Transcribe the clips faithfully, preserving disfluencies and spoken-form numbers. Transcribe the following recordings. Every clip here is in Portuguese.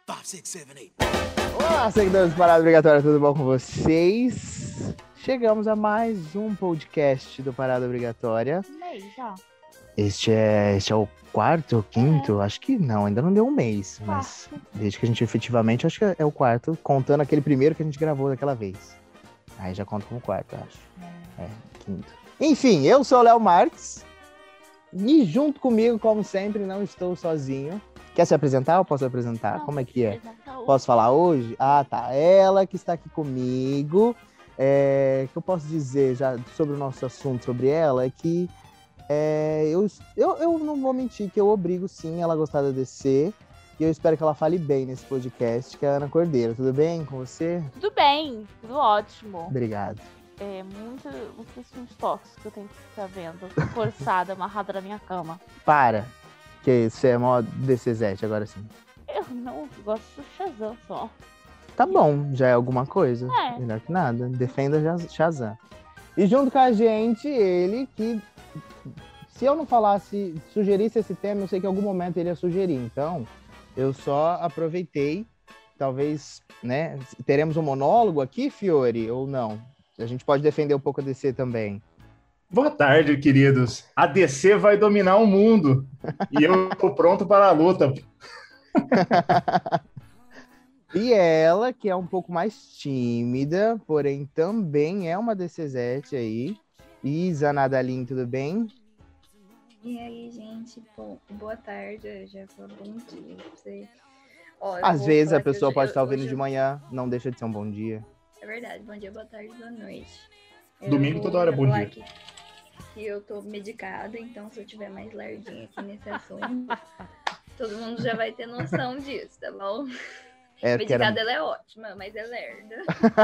Olá, seguidores do Parada Obrigatória, tudo bom com vocês? Chegamos a mais um podcast do Parada Obrigatória. Um mês já. Este é, este é o quarto ou quinto? É. Acho que não, ainda não deu um mês. Quarto. Mas desde que a gente efetivamente, acho que é o quarto, contando aquele primeiro que a gente gravou daquela vez. Aí já conta como quarto, acho. É, é quinto. Enfim, eu sou o Léo Marques. E junto comigo, como sempre, não estou sozinho. Quer se apresentar ou posso apresentar? Não, como é que é? Posso falar hoje? Ah, tá. Ela que está aqui comigo. É, o que eu posso dizer já sobre o nosso assunto sobre ela é que é, eu, eu, eu não vou mentir que eu obrigo sim ela a gostar da D C. E eu espero que ela fale bem nesse podcast, que é a Ana Cordeiro. Tudo bem com você? Tudo bem, tudo ótimo. Obrigado. É muito, muitos filmes tóxicos que eu tenho que ficar vendo, forçada, amarrada na minha cama. Para, que você é mó D C zete agora sim. Eu não gosto do Shazam só. Tá bom, já é alguma coisa. É. Melhor que nada. Defenda Shazam. E junto com a gente, ele que, se eu não falasse, sugerisse esse tema, eu sei que em algum momento ele ia sugerir. Então, eu só aproveitei. Talvez, né? Teremos um monólogo aqui, Fiore, ou não? A gente pode defender um pouco a D C também. Boa tarde, queridos. A D C vai dominar o mundo. E eu tô pronto para a luta. E ela, que é um pouco mais tímida, porém também é uma D C zete aí. Isa Nadalin, tudo bem? E aí, gente? Bom, boa tarde. Já foi bom dia pra você. Ó, Às vezes a pessoa eu, pode eu, estar ouvindo eu, de manhã, não deixa de ser um bom dia. É verdade. Bom dia, boa tarde, boa noite. Domingo toda hora é bom dia. Que, que eu tô medicada, então se eu tiver mais lardinha aqui nesse assunto, todo mundo já vai ter noção disso, tá bom? É, medicada era... ela é ótima, mas é lerda.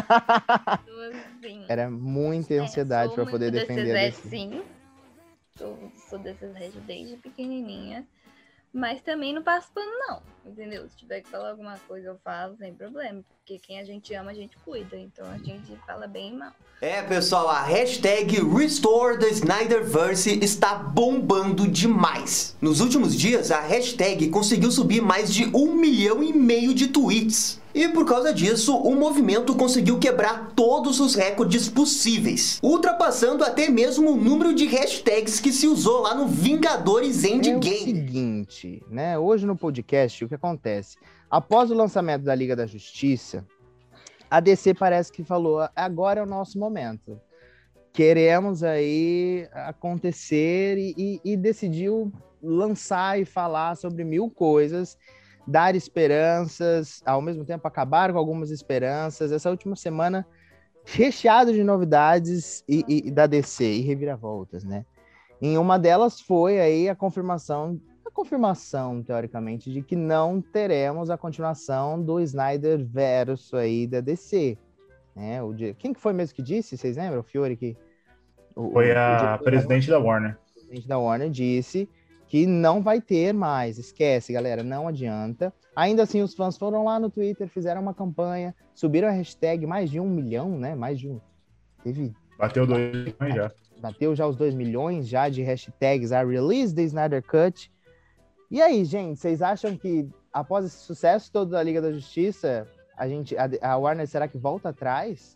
assim, era muita ansiedade é, para poder defender D C Z, sim. Sou, sou D C Z desde pequenininha. Mas também não passo pano, não, entendeu? Se tiver que falar alguma coisa, eu falo, sem problema. Porque quem a gente ama, a gente cuida. Então a gente fala bem e mal. É, pessoal, a hashtag Restore the Snyderverse está bombando demais. Nos últimos dias, a hashtag conseguiu subir mais de um milhão e meio de tweets. E por causa disso, o movimento conseguiu quebrar todos os recordes possíveis, ultrapassando até mesmo o número de hashtags que se usou lá no Vingadores Endgame. É o seguinte, né? Hoje no podcast, o que acontece? Após o lançamento da Liga da Justiça, a D C parece que falou, agora é o nosso momento. Queremos aí acontecer e, e, e decidiu lançar e falar sobre mil coisas, dar esperanças, ao mesmo tempo acabar com algumas esperanças. Essa última semana recheada de novidades e, e, da D C e reviravoltas, né? Em uma delas foi aí a confirmação, a confirmação, teoricamente, de que não teremos a continuação do Snyderverse aí da D C. Né? O de... Quem que foi mesmo que disse? Vocês lembram? O Fiore que... O, foi a o presidente da Warner. O presidente da Warner disse que não vai ter mais. Esquece, galera, não adianta. Ainda assim, os fãs foram lá no Twitter, fizeram uma campanha, subiram a hashtag mais de um milhão, né? Mais de um... Teve... Bateu dois milhões já. Bateu já os dois milhões já de hashtags a Release the Snyder Cut. E aí, gente, vocês acham que após esse sucesso todo da Liga da Justiça, a, gente, a, a Warner será que volta atrás?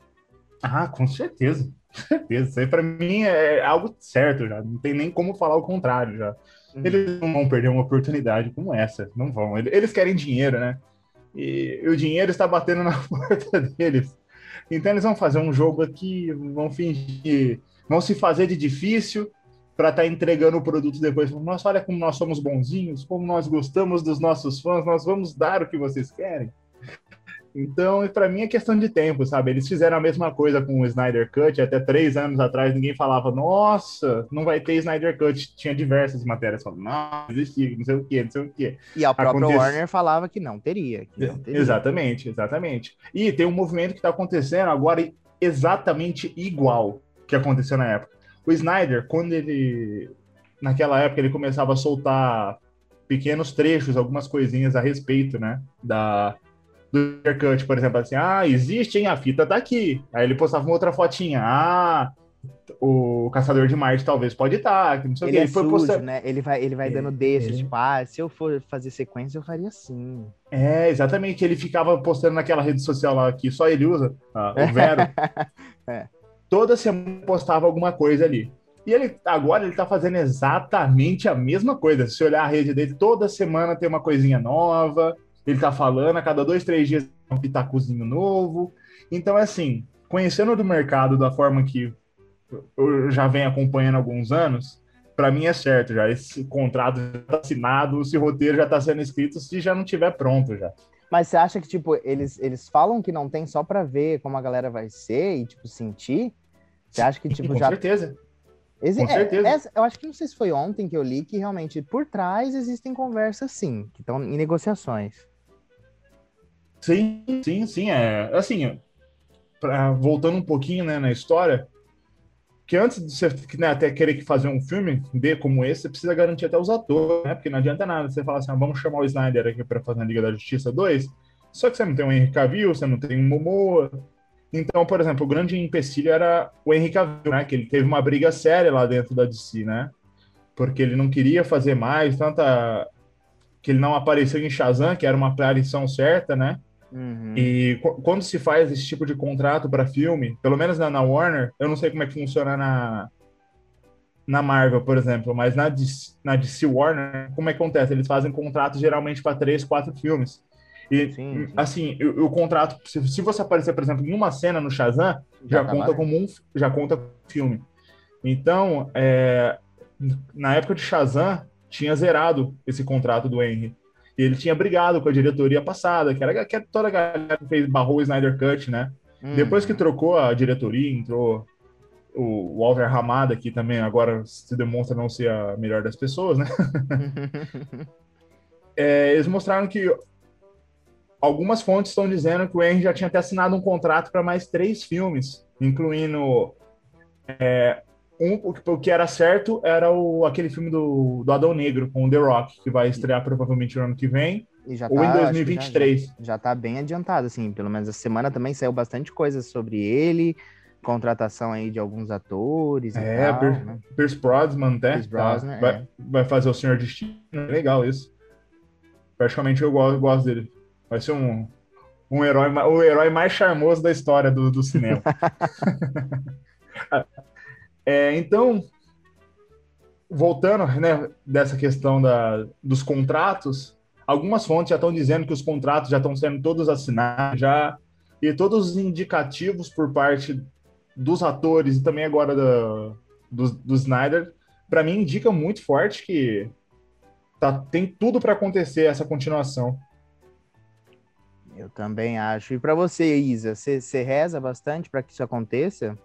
Ah, com certeza. Com certeza. Isso aí pra mim é algo certo já. Não tem nem como falar o contrário já. Uhum. Eles não vão perder uma oportunidade como essa. Não vão. Eles querem dinheiro, né? E, e o dinheiro está batendo na porta deles. Então eles vão fazer um jogo aqui, vão fingir, vão se fazer de difícil para estar tá entregando o produto depois. Nossa, olha como nós somos bonzinhos, como nós gostamos dos nossos fãs, nós vamos dar o que vocês querem. Então, para mim é questão de tempo, sabe? Eles fizeram a mesma coisa com o Snyder Cut, até três anos atrás ninguém falava, nossa, não vai ter Snyder Cut. Tinha diversas matérias falando, não, existe, não sei o quê, não sei o quê. E a própria Aconte... Warner falava que não teria, que não teria. Exatamente, exatamente. E tem um movimento que está acontecendo agora exatamente igual que aconteceu na época. O Snyder, quando ele, naquela época, ele começava a soltar pequenos trechos, algumas coisinhas a respeito, né, da... do Cut, por exemplo, assim, ah, existe, hein, a fita tá aqui. Aí ele postava uma outra fotinha, ah, o Caçador de Marte talvez pode estar, que não sei o Ele que. é Ele foi sujo, postando. né? Ele vai, ele vai É, dando deixas, é. tipo, ah, se eu for fazer sequência, eu faria assim. É, exatamente. Ele ficava postando naquela rede social lá que só ele usa, ah, o Vero. É. Toda semana postava alguma coisa ali. E ele agora ele tá fazendo exatamente a mesma coisa. Se você olhar a rede dele, toda semana tem uma coisinha nova. Ele tá falando, a cada dois, três dias tem um pitacozinho novo. Então, assim, conhecendo do mercado da forma que eu já venho acompanhando há alguns anos, para mim é certo já. Esse contrato já tá assinado, esse roteiro já tá sendo escrito, se já não tiver pronto já. Mas você acha que, tipo, eles, eles falam que não tem só pra ver como a galera vai ser e, tipo, sentir? Você acha que, tipo, com já... certeza. Exi... Com certeza. É, essa- eu acho que não sei se foi ontem que eu li que realmente por trás existem conversas, sim, que estão em negociações. Sim, sim, sim. É, assim, pra, voltando um pouquinho, né, na história, que antes de você, né, até querer fazer um filme B como esse, você precisa garantir até os atores, né? Porque não adianta nada você falar assim, ah, vamos chamar o Snyder aqui para fazer a Liga da Justiça dois, só que você não tem o Henry Cavill, você não tem o Momoa. Então, por exemplo, o grande empecilho era o Henry Cavill, né? Que ele teve uma briga séria lá dentro da D C, né? Porque ele não queria fazer mais, tanta que ele não apareceu em Shazam, que era uma aparição certa, né? Uhum. E qu- quando se faz esse tipo de contrato para filme, pelo menos na, na Warner, eu não sei como é que funciona na, na Marvel, por exemplo, mas na D C, na D C Warner, como é que acontece? Eles fazem contratos geralmente para três, quatro filmes. E, Sim, sim. assim, o, o contrato, se, se você aparecer, por exemplo, em uma cena no Shazam, Já já tá conta valendo. como um, já conta como filme. Então, é, na época de Shazam, tinha zerado esse contrato do Henry. E ele tinha brigado com a diretoria passada, que era que era toda a galera que fez, barrou o Snyder Cut, né? Depois que Uhum. trocou a diretoria, entrou o Walter Hamada, que também agora se demonstra não ser a melhor das pessoas, né? É, eles mostraram que algumas fontes estão dizendo que o Henry já tinha até assinado um contrato para mais três filmes, incluindo é, um, o que era certo era o, aquele filme do, do Adão Negro com o The Rock, que vai estrear provavelmente no ano que vem, E já ou em tá, acho que já, já, dois mil e vinte e três. já tá bem adiantado, assim, pelo menos essa semana também saiu bastante coisa sobre ele, contratação aí de alguns atores e É, tal, né? Pierce Brosnan até, Chris tá, Brosnan, vai, é. vai fazer o Senhor Destino, é legal isso. Praticamente eu gosto, gosto dele. Vai ser um, um herói, o herói mais charmoso da história do, do cinema. É, então, voltando, né, dessa questão da, dos contratos, algumas fontes já estão dizendo que os contratos já estão sendo todos assinados já, e todos os indicativos por parte dos atores e também agora da, do, do Snyder, para mim indica muito forte que tá, tem tudo para acontecer essa continuação. Eu também acho. E pra você, Isa, você você reza bastante para que isso aconteça?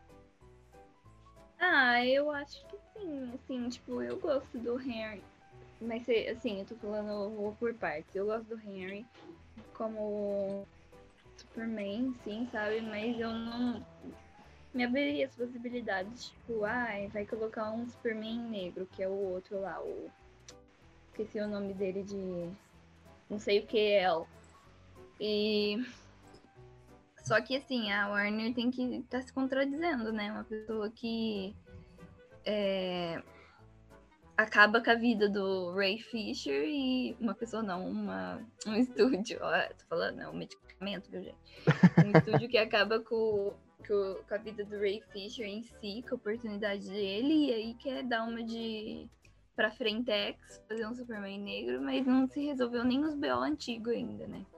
Ah, eu acho que sim, assim, tipo, eu gosto do Henry. Mas, assim, eu tô falando vou por partes. Eu gosto do Henry como Superman, sim, sabe? Mas eu não me abriria as possibilidades, tipo, ai, vai colocar um Superman negro, que é o outro lá, o... Esqueci o nome dele de... Não sei o que é. E... Só que, assim, a Warner tem que estar tá se contradizendo, né? Uma pessoa que é... acaba com a vida do Ray Fisher e uma pessoa não, uma... um estúdio, ó, tô falando, é um medicamento, viu, gente? Um estúdio que acaba com, com, com a vida do Ray Fisher em si, com a oportunidade dele, e aí quer dar uma de pra Frentex, fazer um Superman negro, mas não se resolveu nem os B O antigos ainda, né?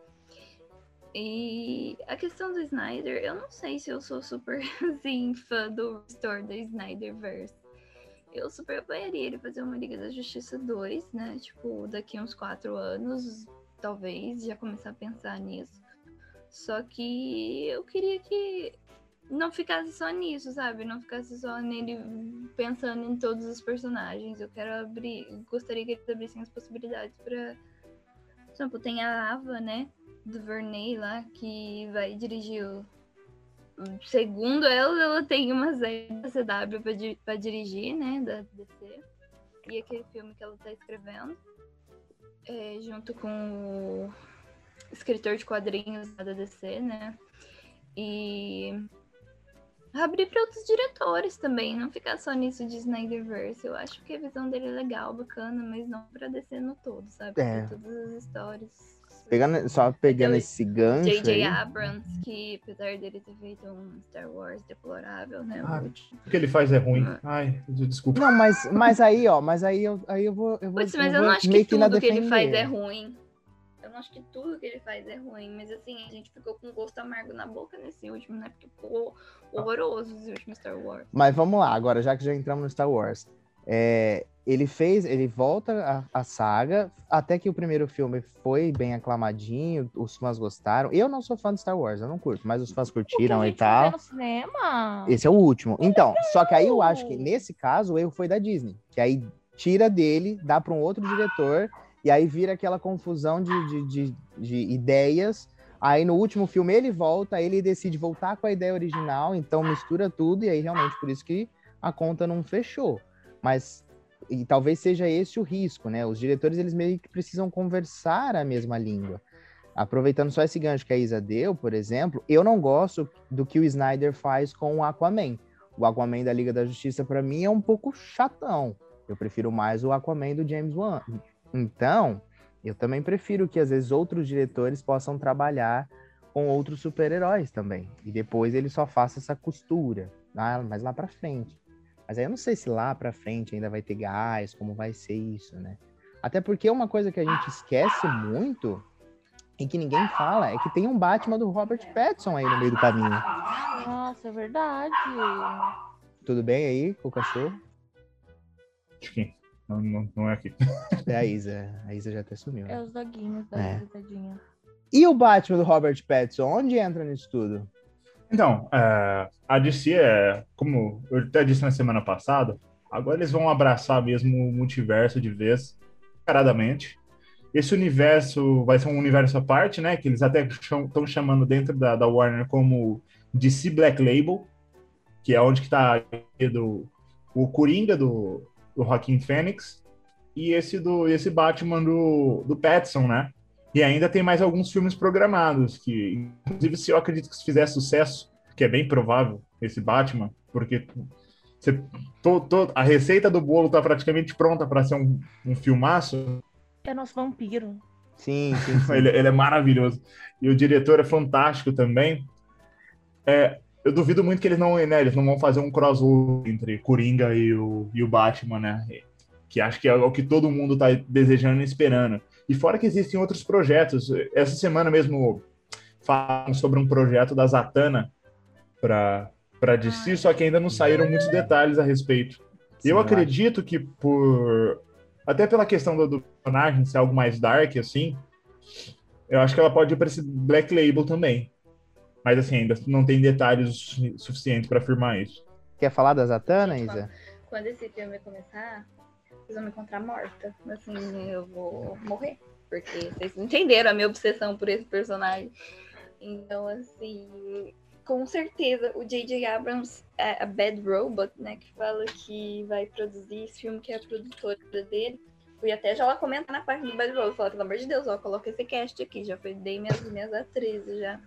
E a questão do Snyder, eu não sei se eu sou super, assim, fã do Restore da Snyderverse. Eu super apoiaria ele fazer uma Liga da Justiça dois, né? Tipo, daqui a uns quatro anos, talvez, já começar a pensar nisso. Só que eu queria que não ficasse só nisso, sabe? Não ficasse só nele pensando em todos os personagens. Eu quero abrir, gostaria que eles abrissem as possibilidades pra... Por exemplo, tem a Ava, né? Do Verney lá, que vai dirigir o... Segundo ela, ela tem uma série da C W pra, di- pra dirigir, né? Da D C. E aquele filme que ela tá escrevendo. É, junto com o escritor de quadrinhos da D C, né? E Abrir para outros diretores também, não ficar só nisso de Snyderverse. Eu acho que a visão dele é legal, bacana, mas não pra descer no todo, sabe? É. Porque todas as histórias. Pegando, só pegando Até o esse gancho J J aí. Abrams, que apesar dele ter feito um Star Wars deplorável, né? Ah, o último. O que ele faz é ruim. Ai, desculpa. Não, mas, mas aí, ó, mas aí eu, aí eu vou. Eu vou Putz, mas eu eu vou não acho meio que na tudo que ele defender. faz é ruim. Eu não acho que tudo que ele faz é ruim, mas assim, a gente ficou com gosto amargo na boca nesse último, né? Porque ficou horroroso esse último Star Wars. Mas vamos lá, agora, já que já entramos no Star Wars. É, ele fez, ele volta a, a saga, até que o primeiro filme foi bem aclamadinho, os fãs gostaram. Eu não sou fã de Star Wars, eu não curto, mas os fãs curtiram e tal. No cinema? Esse é o último. Então, só que aí eu acho que nesse caso o erro foi da Disney, que aí tira dele, dá para um outro diretor, e aí vira aquela confusão de, de, de, de ideias. Aí no último filme ele volta, ele decide voltar com a ideia original, então mistura tudo, e aí realmente por isso que a conta não fechou. Mas e talvez seja esse o risco, né? Os diretores, eles meio que precisam conversar a mesma língua. Aproveitando só esse gancho que a Isa deu, por exemplo, eu não gosto do que o Snyder faz com o Aquaman. O Aquaman da Liga da Justiça, para mim, é um pouco chatão. Eu prefiro mais o Aquaman do James Wan. Então, eu também prefiro que, às vezes, outros diretores possam trabalhar com outros super-heróis também. E depois ele só faça essa costura, ah, mas lá pra frente. Mas aí eu não sei se lá pra frente ainda vai ter gás, como vai ser isso, né? Até porque uma coisa que a gente esquece muito e que ninguém fala é que tem um Batman do Robert Pattinson aí no meio do caminho. Nossa, é verdade. Tudo bem aí com o cachorro? Acho que não, não, não é aqui. É a Isa. A Isa já até sumiu. É os doguinhos da É. tadinha. E o Batman do Robert Pattinson, onde entra nisso tudo? Então, é, a D C é, como eu até disse na semana passada, agora eles vão abraçar mesmo o multiverso de vez, descaradamente. Esse universo vai ser um universo à parte, né? Que eles até estão chamando dentro da, da Warner como D C Black Label, que é onde que tá do, o Coringa do, do Joaquin Phoenix e esse, do, esse Batman do, do Pattinson, né? E ainda tem mais alguns filmes programados, que, inclusive, se eu acredito que se fizer sucesso, que é bem provável, esse Batman, porque você, to, to, a receita do bolo tá praticamente pronta para ser um, um filmaço. É nosso vampiro. Sim, sim, sim. ele, ele é maravilhoso. E o diretor é fantástico também. É, eu duvido muito que eles não, né, eles não vão fazer um crossover entre Coringa e o, e o Batman, né? Que acho que é o que todo mundo tá desejando e esperando. E fora que existem outros projetos. Essa semana mesmo falam sobre um projeto da Zatanna para para D C, só que ainda não saíram muitos detalhes a respeito. Sim, eu eu acredito que por... Até pela questão do, do personagem ser algo mais dark, assim, eu acho que ela pode ir para esse Black Label também. Mas, assim, ainda não tem detalhes suficientes para afirmar isso. Quer falar da Zatanna, Gente, Isa? Quando esse filme começar, vocês vão me encontrar morta. Assim, eu vou morrer. Porque vocês entenderam a minha obsessão por esse personagem. Então, assim, com certeza, o J J Abrams, a Bad Robot, né, que fala que vai produzir esse filme, que é a produtora dele. Fui até já lá comentar na página do Bad Robot, falar, pelo amor de Deus, ó, coloca esse cast aqui, já foi, dei minhas, minhas atrizes já.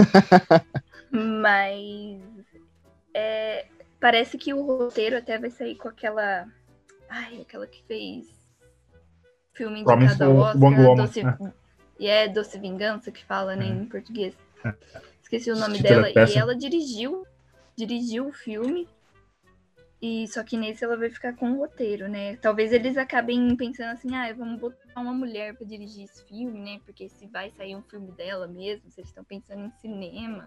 Mas é, parece que o roteiro até vai sair com aquela... Ai, aquela que fez filme indicado ao Oscar, Doce, né? E é Doce Vingança, que fala, né, em português. Esqueci o nome dela. E ela dirigiu, dirigiu o filme. E só que nesse ela vai ficar com o roteiro, né? Talvez eles acabem pensando assim, ah, vamos botar uma mulher pra dirigir esse filme, né? Porque se vai sair um filme dela mesmo, se eles estão pensando em cinema.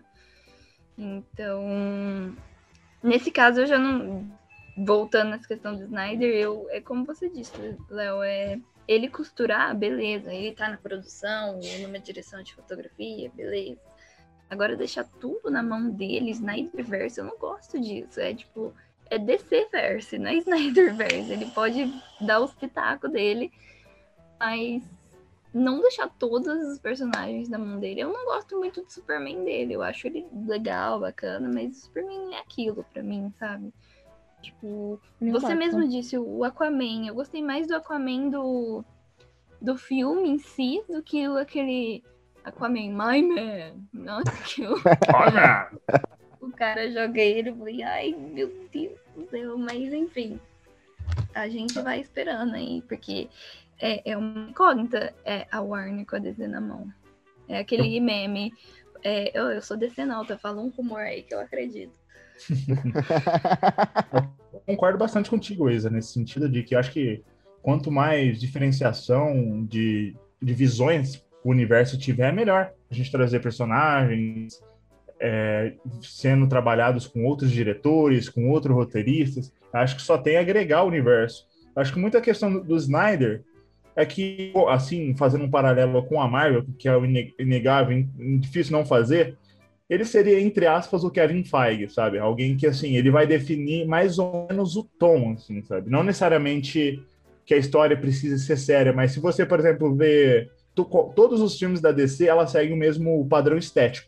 Então, nesse caso eu já não... Voltando nessa questão do Snyder, eu, é como você disse, Léo, é ele costurar, beleza, ele tá na produção, numa direção de fotografia, beleza. Agora deixar tudo na mão dele, Snyderverse, eu não gosto disso. É tipo, é D C-verse, não é Snyderverse. Ele pode dar os pitacos dele, mas não deixar todos os personagens na mão dele. Eu não gosto muito do Superman dele, eu acho ele legal, bacana, mas o Superman é aquilo pra mim, sabe? Tipo, você mesmo disse, o Aquaman. Eu gostei mais do Aquaman do, do filme em si do que o, aquele Aquaman My Man. Nossa, que o, o cara joga ele, eu falei, ai, meu Deus do céu, mas enfim, a gente vai esperando aí, porque é, é uma incógnita é, a Warner com a D C na mão. É aquele meme, é, eu, eu sou decenalta, fala um rumor aí que eu acredito. Eu concordo bastante contigo, Isa, nesse sentido de que eu acho que quanto mais diferenciação de, de visões o universo tiver, melhor. A gente trazer personagens é, sendo trabalhados com outros diretores, com outros roteiristas, acho que só tem a agregar o universo. Acho que muita questão do, do Snyder é que, assim, fazendo um paralelo com a Marvel, que é o inegável, difícil não fazer, ele seria, entre aspas, o Kevin Feige, sabe? Alguém que, assim, ele vai definir mais ou menos o tom, assim, sabe? Não necessariamente que a história precise ser séria, mas se você, por exemplo, vê to- todos os filmes da D C, ela segue o mesmo padrão estético.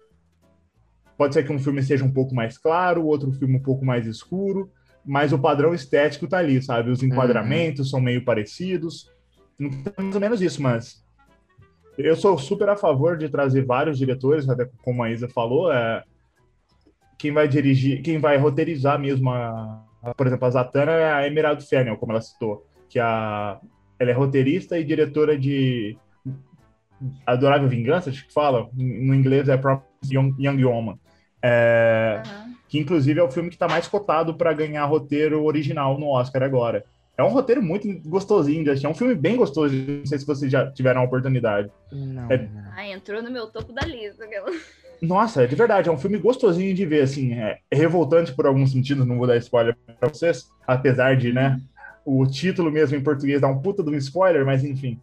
Pode ser que um filme seja um pouco mais claro, o outro filme um pouco mais escuro, mas o padrão estético tá ali, sabe? Os enquadramentos uhum. são meio parecidos. Então, é mais ou menos isso, mas eu sou super a favor de trazer vários diretores, até como a Isa falou, é, quem vai dirigir, quem vai roteirizar mesmo, a, a, por exemplo, a Zatanna é a Emerald Fennell, como ela citou, que a, ela é roteirista e diretora de Adorável Vingança, acho que fala, no inglês é Promised Young, Young Woman, é, uhum. que inclusive é o filme que está mais cotado para ganhar roteiro original no Oscar agora. É um roteiro muito gostosinho de assistir. É um filme bem gostoso. Não sei se vocês já tiveram a oportunidade. Não. É... Ah, entrou no meu topo da lista. Aquela... Nossa, é de verdade. É um filme gostosinho de ver, assim. É revoltante por alguns sentidos. Não vou dar spoiler pra vocês. Apesar de, né, o título mesmo em português dar um puta de um spoiler, mas enfim.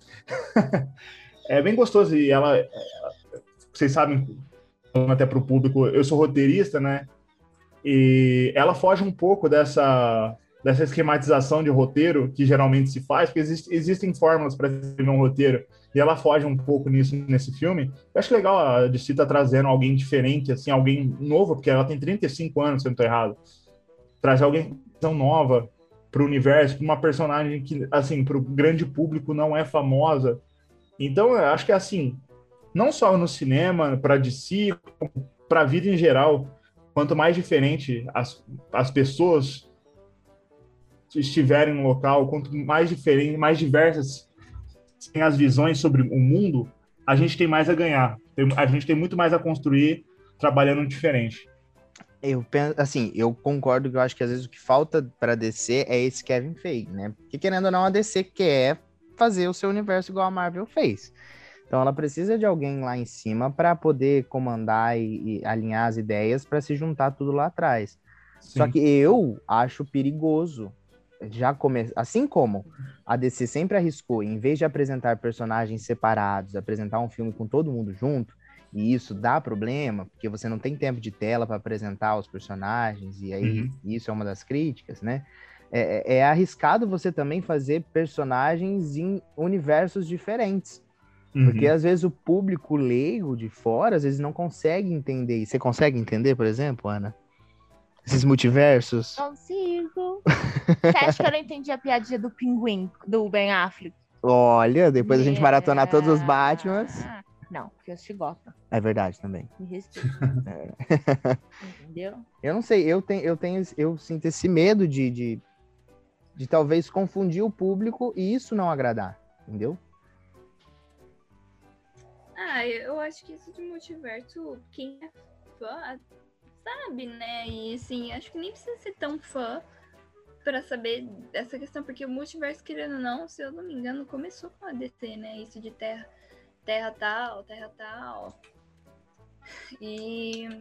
É bem gostoso. E ela... Vocês sabem, até pro público, eu sou roteirista, né? E ela foge um pouco dessa... dessa esquematização de roteiro que geralmente se faz, porque existe, existem fórmulas para escrever um roteiro, e ela foge um pouco nisso nesse filme. Eu acho legal a D C tá trazendo alguém diferente, assim, alguém novo, porque ela tem trinta e cinco anos, se eu não tô errado. Trazer alguém tão nova pro universo, pra uma personagem que, assim, pro grande público não é famosa. Então, eu acho que, assim, não só no cinema, pra D C, pra vida em geral, quanto mais diferente as, as pessoas estiverem no local, quanto mais diferentes, mais diversas têm as visões sobre o mundo, a gente tem mais a ganhar. A gente tem muito mais a construir trabalhando diferente. Eu penso, assim, eu concordo que eu acho que às vezes o que falta para D C é esse Kevin Feige, né? Porque querendo ou não, a D C quer fazer o seu universo igual a Marvel fez. Então ela precisa de alguém lá em cima para poder comandar e, e alinhar as ideias para se juntar tudo lá atrás. Sim. Só que eu acho perigoso já come... assim como a D C sempre arriscou, em vez de apresentar personagens separados, apresentar um filme com todo mundo junto, e isso dá problema, porque você não tem tempo de tela para apresentar os personagens, e aí uhum. isso é uma das críticas, né? É, é arriscado você também fazer personagens em universos diferentes, uhum. porque às vezes o público leigo de fora, às vezes não consegue entender. Você consegue entender, por exemplo, Ana? Esses multiversos? Consigo. Você acha que eu não entendi a piadinha do pinguim, do Ben Affleck? Olha, depois yeah. a gente maratonar todos os Batmans. Não, porque eu assisti Gotham. É verdade também. Me respeita. É. Entendeu? Eu não sei, eu tenho, eu tenho, eu sinto esse medo de, de, de talvez confundir o público e isso não agradar, entendeu? Ah, eu acho que isso de multiverso, quem é fã sabe, né? E assim, acho que nem precisa ser tão fã pra saber dessa questão, porque o multiverso, querendo ou não, se eu não me engano, começou com a D C, né? Isso de terra, terra tal, terra tal. E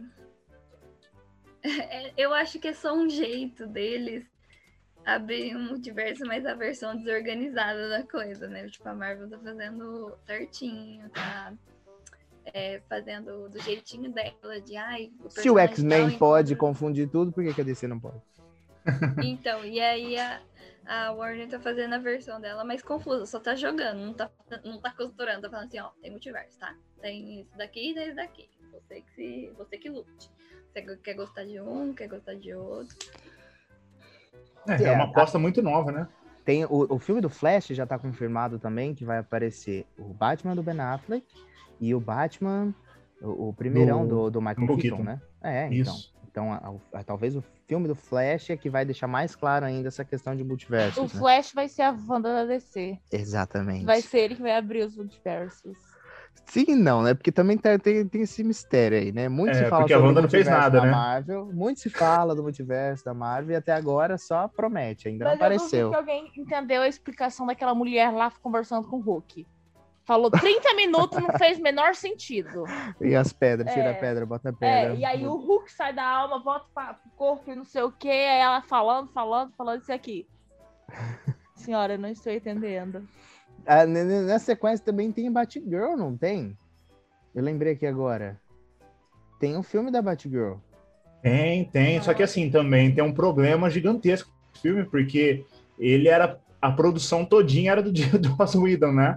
eu acho que é só um jeito deles abrir um multiverso, mas a versão desorganizada da coisa, né? Tipo, a Marvel tá fazendo certinho, tá? É, fazendo do jeitinho dela, de ai... O Se o X-Men pode confundir tudo, por que, que a D C não pode? Então, e aí a, a Warner tá fazendo a versão dela mais confusa, só tá jogando, não tá, não tá costurando, tá falando assim, ó, tem multiverso, tá? Tem isso daqui e tem isso daqui. Você que, se, você que lute. Você quer gostar de um, quer gostar de outro. É, é uma aposta muito nova, né? Tem, o, o filme do Flash já tá confirmado também, que vai aparecer o Batman do Ben Affleck e o Batman, o, o primeiro do, do Michael Keaton, Keaton, né? É, então. Isso. Então, a, a, talvez o filme do Flash é que vai deixar mais claro ainda essa questão de multiversos. O né? Flash vai ser a Wanda da D C. Exatamente. Vai ser ele que vai abrir os multiversos. Sim e não, né? Porque também tem, tem, tem esse mistério aí, né? Muito É, se fala porque a sobre Wanda o não fez multiverso nada, da né? Marvel, muito se fala do multiverso da Marvel e até agora só promete, ainda não Mas eu duvido apareceu. que alguém entendeu a explicação daquela mulher lá conversando com o Hulk. Falou trinta minutos, não fez o menor sentido. E as pedras, É. tira a pedra, bota a pedra. É, e aí o Hulk sai da alma, volta para o corpo e não sei o quê, aí ela falando, falando, falando isso aqui. Senhora, eu não estou entendendo. Ah, nessa sequência também tem Batgirl, não tem? Eu lembrei aqui agora. Tem um filme da Batgirl. Tem, tem. Só que assim, também tem um problema gigantesco no filme, porque ele era. A produção todinha era do dia do Joss Whedon, né?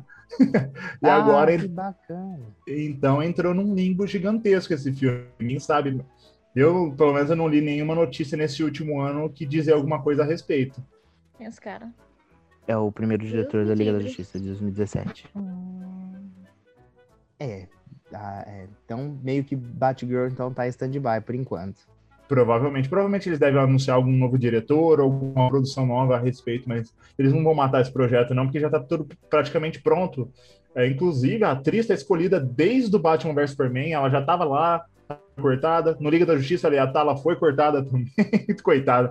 E ah, agora que ele. bacana. Então entrou num limbo gigantesco esse filme. Ninguém sabe. Eu, pelo menos, eu não li nenhuma notícia nesse último ano que dizia alguma coisa a respeito. Quem é esse cara? É o primeiro diretor da Liga da livre. Justiça de dois mil e dezessete. Hum... É, ah, é. Então, meio que Batgirl então tá em stand-by por enquanto. Provavelmente. Provavelmente eles devem anunciar algum novo diretor, alguma produção nova a respeito, mas eles não vão matar esse projeto, não, porque já tá tudo praticamente pronto. É, inclusive, a atriz tá escolhida desde o Batman versus Superman, ela já tava lá, cortada. No Liga da Justiça, ali, a Tala foi cortada também. Coitada.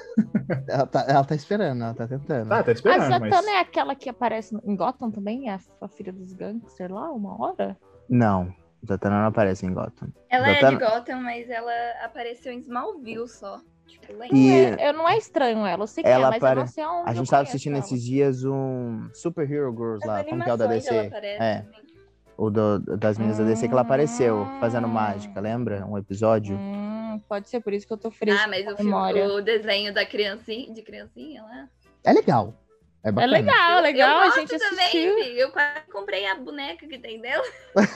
Ela tá, ela tá esperando, ela tá tentando. Ah, tá A esperando, Zatanna mas... é aquela que aparece em Gotham também? A, a filha dos gangsters lá, uma hora? Não, Zatanna não aparece em Gotham. Ela é Zatanna- de Gotham, mas ela apareceu em Smallville só. Tipo, lembra? E- É, eu não é estranho ela, eu sei que Ela é, mas apare- eu não sei onde A eu gente tava conheço assistindo ela. esses dias um Super Hero Girls As lá, como que é o da animações ela D C? aparece É. também. O do, das meninas da D C que ela apareceu Hum. fazendo mágica, lembra? Um episódio. Hum, pode ser por isso que eu tô fresca Ah, mas com a o, filme, memória. o desenho da criancinha, de criancinha lá. É legal. É É bacana. legal, legal, eu a gosto gente também, assistiu. filho. Eu quase comprei a boneca que tem dela.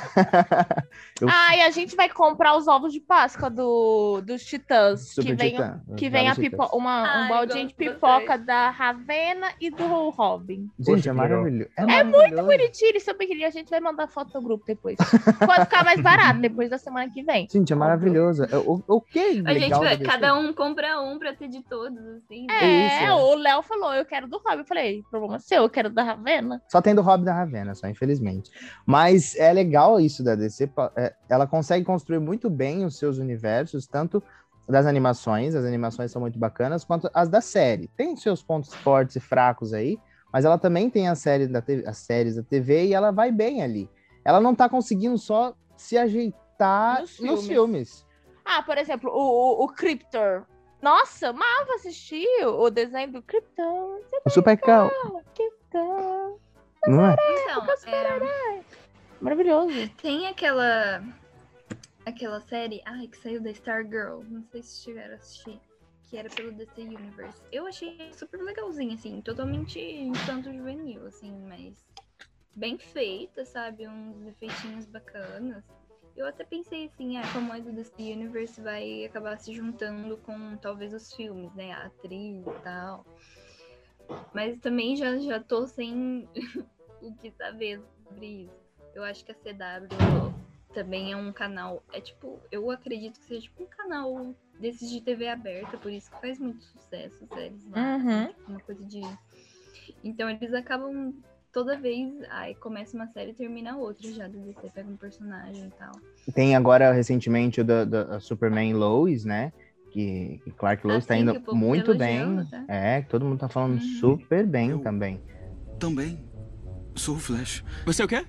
Eu- Ah, e a gente vai comprar os ovos de Páscoa do, dos Titãs, Super que vem, Titã, que os vem a novos pipo, Titãs. uma, um Ai, baldinho de gosto pipoca bastante. da Ravena e do Robin. Gente, Poxa, é que legal. maravilhoso. É, É maravilhoso. Bonitinho, eles são pequenininhos, a gente vai mandar foto no grupo depois. Pode ficar mais barato depois da semana que vem. Gente, é maravilhoso. O, o que é A gente legal vai, da D C? cada um compra um pra ter de todos, assim. né? É, isso, é. o Léo falou, eu quero do Robin. Eu falei, problema seu, eu quero da Ravena. Só tem do Robin da Ravena, só, infelizmente. Mas é legal isso da D C. pa- é, Ela consegue construir muito bem os seus universos, tanto das animações, as animações são muito bacanas, quanto as da série. Tem seus pontos fortes e fracos aí, mas ela também tem a série da T V as séries da T V e ela vai bem ali. Ela não tá conseguindo só se ajeitar Nos nos filmes. filmes. Ah, por exemplo, o, o, o Kryptor. Nossa, amava assistir o desenho do Krypton. O Supercão, Krypton. não é? Então, é, Maravilhoso. tem aquela aquela série, ai, que saiu da Stargirl, não sei se chegaram a assistir, que era pelo D C Universe. Eu achei super legalzinho, assim, totalmente infanto juvenil, assim, mas bem feita, sabe? Uns efeitinhos bacanas. Eu até pensei assim, ah, como é do D C Universe, vai acabar se juntando com talvez os filmes, né? A atriz e tal. Mas também já, já tô sem o que saber sobre isso. Eu acho que a C W também é um canal. É tipo, eu acredito que seja tipo um canal desses de T V aberta, por isso que faz muito sucesso séries lá. Uhum. Tipo, uma coisa de. Então eles acabam toda vez. Ai, começa uma série e termina outra já. Do D C pega um personagem e tal. Tem agora, recentemente, o da, da Superman Lois, né? Que, que Clark Lois Ah, tá sim, indo que o povo muito tá bem. elogiando, tá? É, que todo mundo tá falando Uhum. super bem Eu- também. Também sou o Flash. Você é o quê?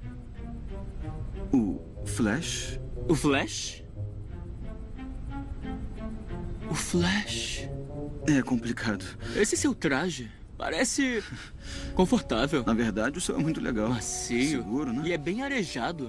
O Flash? O Flash? O Flash? É complicado. Esse seu traje parece confortável, Na verdade, o seu é muito legal. macio Seguro, né? e é bem arejado.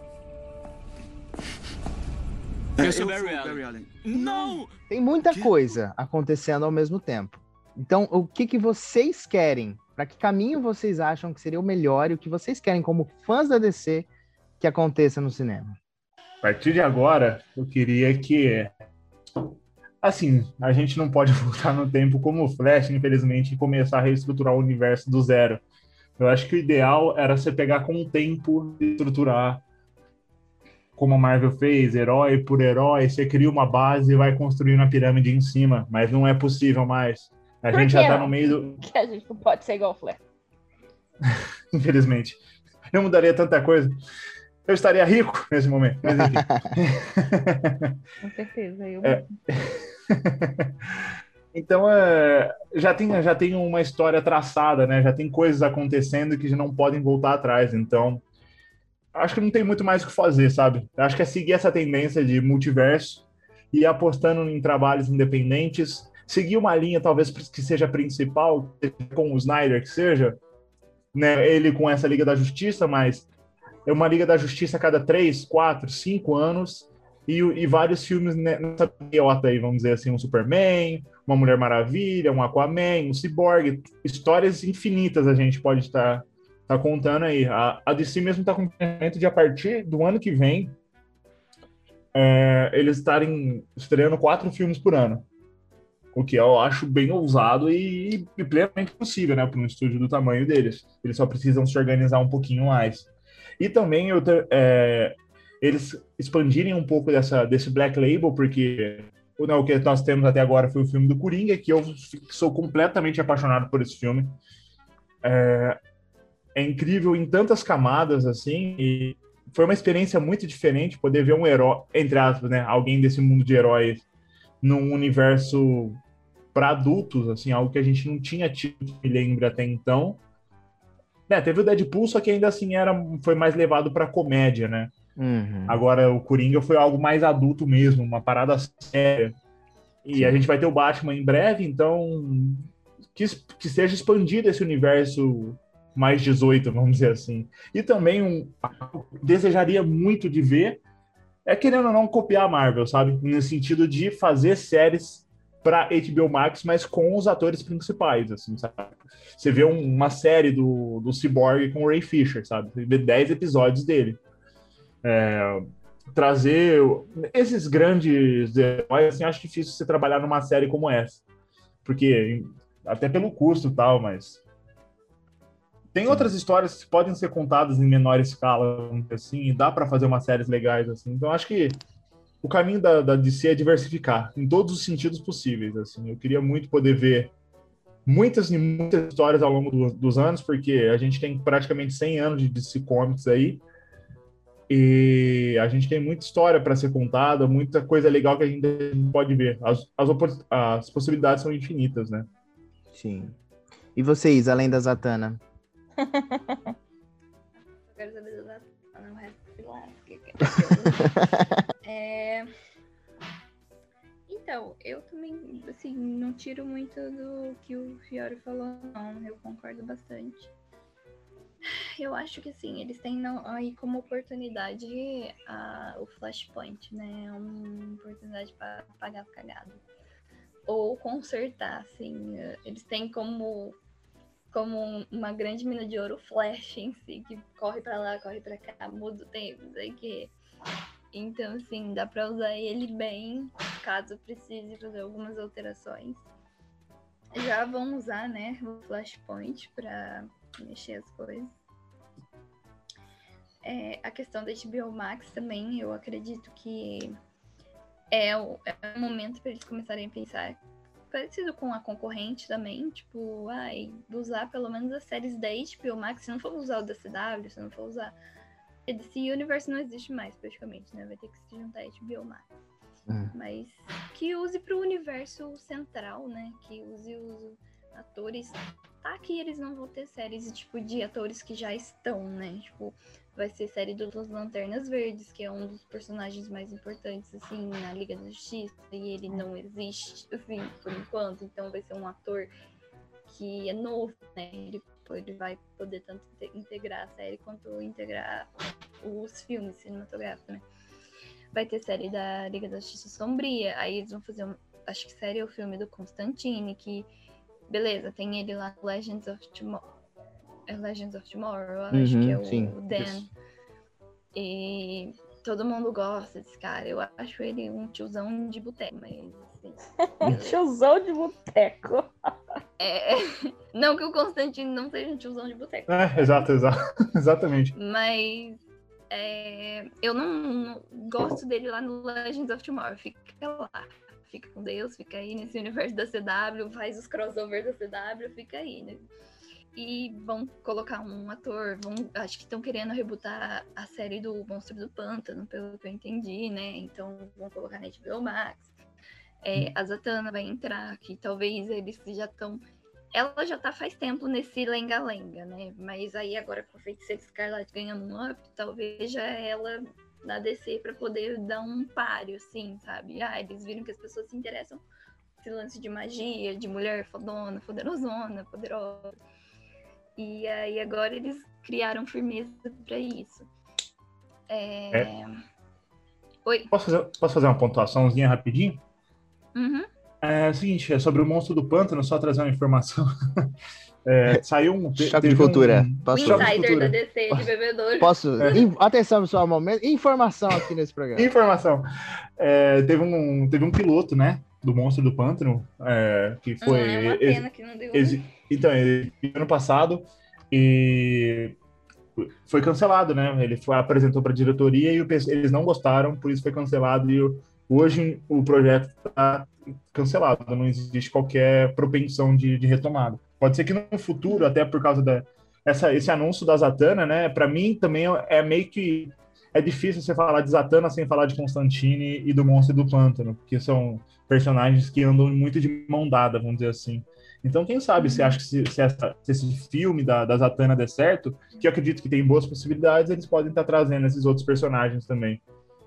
É, eu sou eu Barry sou o Allen. Barry Allen. Não! Tem muita quê? coisa acontecendo ao mesmo tempo. Então, o que, que vocês querem? Para que caminho vocês acham que seria o melhor e o que vocês querem como fãs da D C que aconteça no cinema? A partir de agora, eu queria que... Assim, a gente não pode voltar no tempo como o Flash, infelizmente, e começar a reestruturar o universo do zero. Eu acho que o ideal era você pegar com o tempo e estruturar como a Marvel fez, herói por herói, você cria uma base e vai construindo a pirâmide em cima, mas não é possível mais. A Por gente que já tá não? no meio do... Que a gente não pode ser igual o Flash. Infelizmente. Eu mudaria tanta coisa. Eu estaria rico nesse momento, mas enfim. Com certeza. Eu... É. Então, é, já, tem, já tem uma história traçada, né? Já tem coisas acontecendo que já não podem voltar atrás. Então, acho que não tem muito mais o que fazer, sabe? Acho que é seguir essa tendência de multiverso e ir apostando em trabalhos independentes, seguir uma linha talvez que seja principal, com o Snyder que seja, né? Ele com essa Liga da Justiça, mas é uma Liga da Justiça a cada três, quatro, cinco anos e, e vários filmes nessa biota aí, vamos dizer assim, um Superman, uma Mulher Maravilha, um Aquaman, um Cyborg, histórias infinitas a gente pode estar tá contando aí. A, a D C mesmo está com o planejamento de, a partir do ano que vem, é, eles estarem estreando quatro filmes por ano. O que eu acho bem ousado e, e plenamente possível, né, para um estúdio do tamanho deles. Eles só precisam se organizar um pouquinho mais. E também eu, é, eles expandirem um pouco dessa, desse Black Label, porque não, o que nós temos até agora foi o filme do Coringa, que eu sou completamente apaixonado por esse filme. É, é incrível em tantas camadas, assim, e foi uma experiência muito diferente poder ver um herói, entre aspas, né, alguém desse mundo de heróis num universo para adultos, assim, algo que a gente não tinha tido, me lembro até então. É, teve o Deadpool, só que ainda assim era, foi mais levado para comédia, né? Uhum. Agora o Coringa foi algo mais adulto mesmo, uma parada séria. E Sim. a gente vai ter o Batman em breve, então que, que seja expandido esse universo mais dezoito, vamos dizer assim. E também um, desejaria muito de ver, é querendo ou não copiar a Marvel, sabe? No sentido de fazer séries para H B O Max, mas com os atores principais, assim, sabe? Você vê um, uma série do, do Cyborg com o Ray Fisher, sabe? Você vê dez episódios dele. É, trazer esses grandes heróis, assim, acho difícil você trabalhar numa série como essa. Porque, até pelo custo e tal, mas... Tem Sim. outras histórias que podem ser contadas em menor escala, assim, e dá para fazer umas séries legais, assim. Então, acho que o caminho da, da D C é diversificar, em todos os sentidos possíveis, assim. Eu queria muito poder ver muitas e muitas histórias ao longo do, dos anos, porque a gente tem praticamente cem anos de D C Comics aí, e a gente tem muita história para ser contada, muita coisa legal que a gente pode ver. As, as, as possibilidades são infinitas, né? Sim. E vocês, além da Zatanna? Eu quero saber da Zatanna, o resto se lasca. É... Então, eu também, assim, não tiro muito do que o Fiore falou, não. Eu concordo bastante. Eu acho que, assim, eles têm não, aí como oportunidade a, o Flashpoint, né? Uma oportunidade para pagar a cagada. Ou consertar, assim. Eles têm como, como uma grande mina de ouro o Flash em si, que corre pra lá, corre pra cá, muda o tempo, não sei o quê. Então, assim, dá pra usar ele bem, caso precise fazer algumas alterações. Já vão usar, né, o Flashpoint pra mexer as coisas. É, a questão da H B O Max também, eu acredito que é o, é o momento para eles começarem a pensar parecido com a concorrente também, tipo, ai, usar pelo menos as séries da H B O Max, se não for usar o da C W, se não for usar... Esse universo não existe mais, praticamente, né? Vai ter que se juntar a H B O Max. Hum. Mas que use pro universo central, né? Que use os atores... Tá que eles não vão ter séries, tipo, de atores que já estão, né? Tipo, vai ser série dos Lanternas Verdes, que é um dos personagens mais importantes, assim, na Liga da Justiça. E ele não existe, assim, por enquanto. Então vai ser um ator que é novo, né? Ele, ele vai poder tanto integrar a série quanto integrar os filmes cinematográficos, né? Vai ter série da Liga da Justiça Sombria. Aí eles vão fazer, um, acho que série é o filme do Constantine, que... Beleza, tem ele lá no Legends of Tomorrow. É Legends of Tomorrow, eu acho Uhum, que é o sim, Dan. isso. E todo mundo gosta desse cara. Eu acho ele um tiozão de boteco, mas assim. Um tiozão de boteco. É, não que o Constantine não seja um tiozão de boteco. É, exato, exato. Exatamente. Mas É, eu não, não gosto dele lá no Legends of Tomorrow. Fica lá. Fica com Deus, fica aí nesse universo da C W, faz os crossovers da C W, fica aí, né? E vão colocar um ator, vão, acho que estão querendo rebootar a série do Monstro do Pântano, pelo que eu entendi, né? Então vão colocar na H B O Max. É, a Zatanna vai entrar, que talvez eles já estão... Ela já tá faz tempo nesse lenga-lenga, né? Mas aí agora com a Feiticeira Escarlate ganhando um up, talvez já ela... na D C pra poder dar um páreo, assim, sabe? Ah, eles viram que as pessoas se interessam nesse lance de magia, de mulher fodona, poderosona, poderosa. E aí agora eles criaram firmeza pra isso. É... É. Oi? Posso fazer, posso fazer uma pontuaçãozinha rapidinho? Uhum. É o seguinte, é sobre o Monstro do Pântano, só trazer uma informação. É, saiu um... te- Choque de teve cultura. Um, O Posso, Choque de insider cultura. da D C de bebedouro. posso... in- Atenção, pessoal, um momento. Informação aqui nesse programa. Informação. É, teve, um, teve um piloto, né? Do Monstro do Pântano, é, que foi... Ah, é uma ex- pena que não deu. exi- então, ele ano passado e foi cancelado, né? Ele foi, apresentou para a diretoria e o pe- eles não gostaram, por isso foi cancelado. E o- hoje o projeto está cancelado, não existe qualquer propensão de, de retomada. Pode ser que no futuro, até por causa da essa, esse anúncio da Zatanna, né? Para mim também é meio que é difícil você falar de Zatanna sem falar de Constantine e do Monstro do Pântano, porque são personagens que andam muito de mão dada, vamos dizer assim. Então, quem sabe, você acha que se, se, essa- se esse filme da, da Zatanna der certo, que eu acredito que tem boas possibilidades, eles podem estar trazendo esses outros personagens também.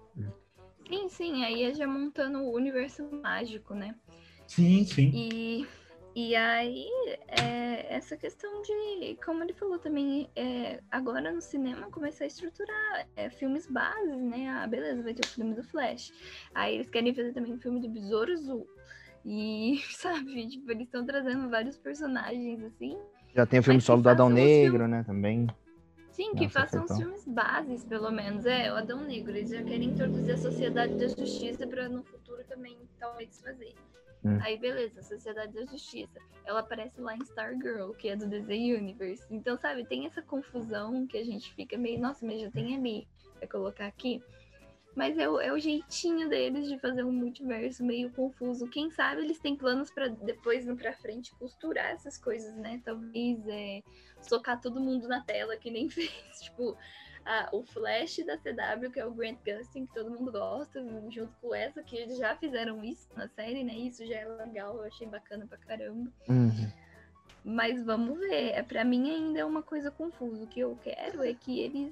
Sim, sim, aí é já montando o universo mágico, né? Sim, sim. E, e aí, é, essa questão de, como ele falou também, é, agora no cinema começar a estruturar é, filmes bases, né? Ah, beleza, vai ter o filme do Flash. Aí eles querem fazer também o filme do Besouro Azul. E, sabe, tipo, eles estão trazendo vários personagens, assim. Já tem o filme Mas que solo do Adão façam os Negro, filmes- né? Também. Sim, que Nossa, façam os afetou. filmes bases, pelo menos. É, o Adão Negro, eles já querem introduzir a Sociedade da Justiça para no futuro também, talvez, fazer. Hum. Aí, beleza, Sociedade da Justiça. Ela aparece lá em Stargirl, que é do D C Universe. Então, sabe, tem essa confusão que a gente fica meio, nossa, mas já tem ali, vai colocar aqui. Mas é o, é o jeitinho deles de fazer um multiverso meio confuso. Quem sabe eles têm planos pra depois, no pra frente, costurar essas coisas, né? Talvez é, socar todo mundo na tela, que nem fez, tipo, a, o Flash da C W, que é o Grant Gustin, que todo mundo gosta, junto com essa, que eles já fizeram isso na série, né? Isso já é legal, eu achei bacana pra caramba. Uhum. Mas vamos ver. É, pra mim ainda é uma coisa confusa. O que eu quero é que eles,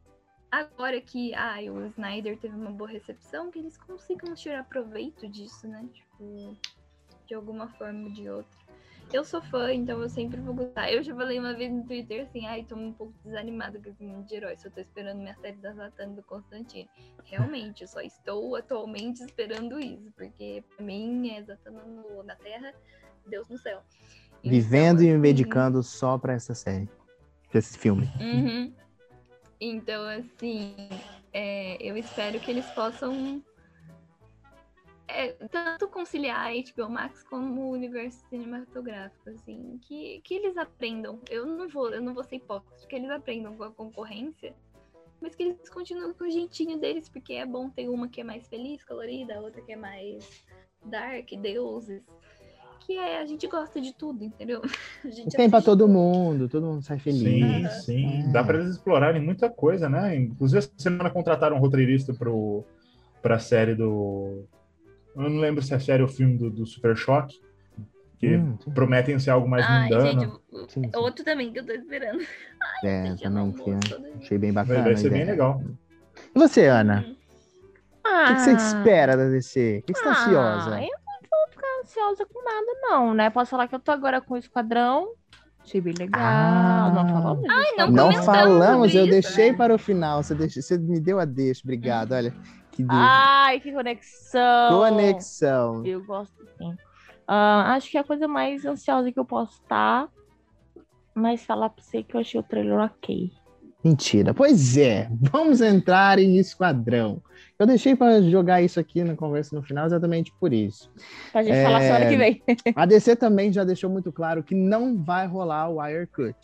agora que ah, o Snyder teve uma boa recepção, que eles consigam tirar proveito disso, né? Tipo, de alguma forma ou de outra. Eu sou fã, então eu sempre vou gostar. Eu já falei uma vez no Twitter assim, ai, tô um pouco desanimada com esse mundo de heróis, só tô esperando minha série da Zatanna do Constantine. Realmente, eu só estou atualmente esperando isso, porque pra mim é Zatanna no- na Terra, Deus no céu. Então, Vivendo e me assim, medicando só pra essa série. Pra esse filme. Uhum. Então, assim, é, eu espero que eles possam é, tanto conciliar a H B O Max como o universo cinematográfico, assim, que, que eles aprendam. Eu não vou, eu não vou ser hipócrita, que eles aprendam com a concorrência, mas que eles continuem com o jeitinho deles, porque é bom ter uma que é mais feliz, colorida, a outra que é mais dark, deuses. Que é, a gente gosta de tudo, entendeu? A gente Tem pra assiste todo tudo. mundo, todo mundo sai feliz. Sim, Aham. sim. É. Dá para eles explorarem muita coisa, né? Inclusive, essa semana contrataram um roteirista pro, pra série do... Eu não lembro se é a série ou o filme do, do Super Choque, que Hum, sim. prometem ser algo mais Ai, mundano. gente, o- Sim, sim. outro também que eu tô esperando. É, Gente, eu também não que gosto todo achei bem Vai, bacana. vai a ser bem ideia. legal. E você, Ana? Uhum. O que, que você espera da D C? O que, que você tá Ah, ansiosa? eu não vou ficar ansiosa com nada, não, né? Posso falar que eu tô agora com o Esquadrão. Achei bem legal. Ah. Não falamos disso. Ai, não Não comentamos falamos, sobre eu isso, deixei né? para o final. Você, deixou, você me deu a deixa. Obrigado, olha. Que de- Ai, que conexão. conexão. Eu gosto sim. Ah, acho que é a coisa mais ansiosa que eu posso estar. Mas falar pra você que eu achei o trailer ok. Mentira. Pois é, vamos entrar em Esquadrão. Eu deixei para jogar isso aqui na conversa no final exatamente por isso. Pra gente É, falar semana que vem. A D C também já deixou muito claro que não vai rolar o Wire Cut.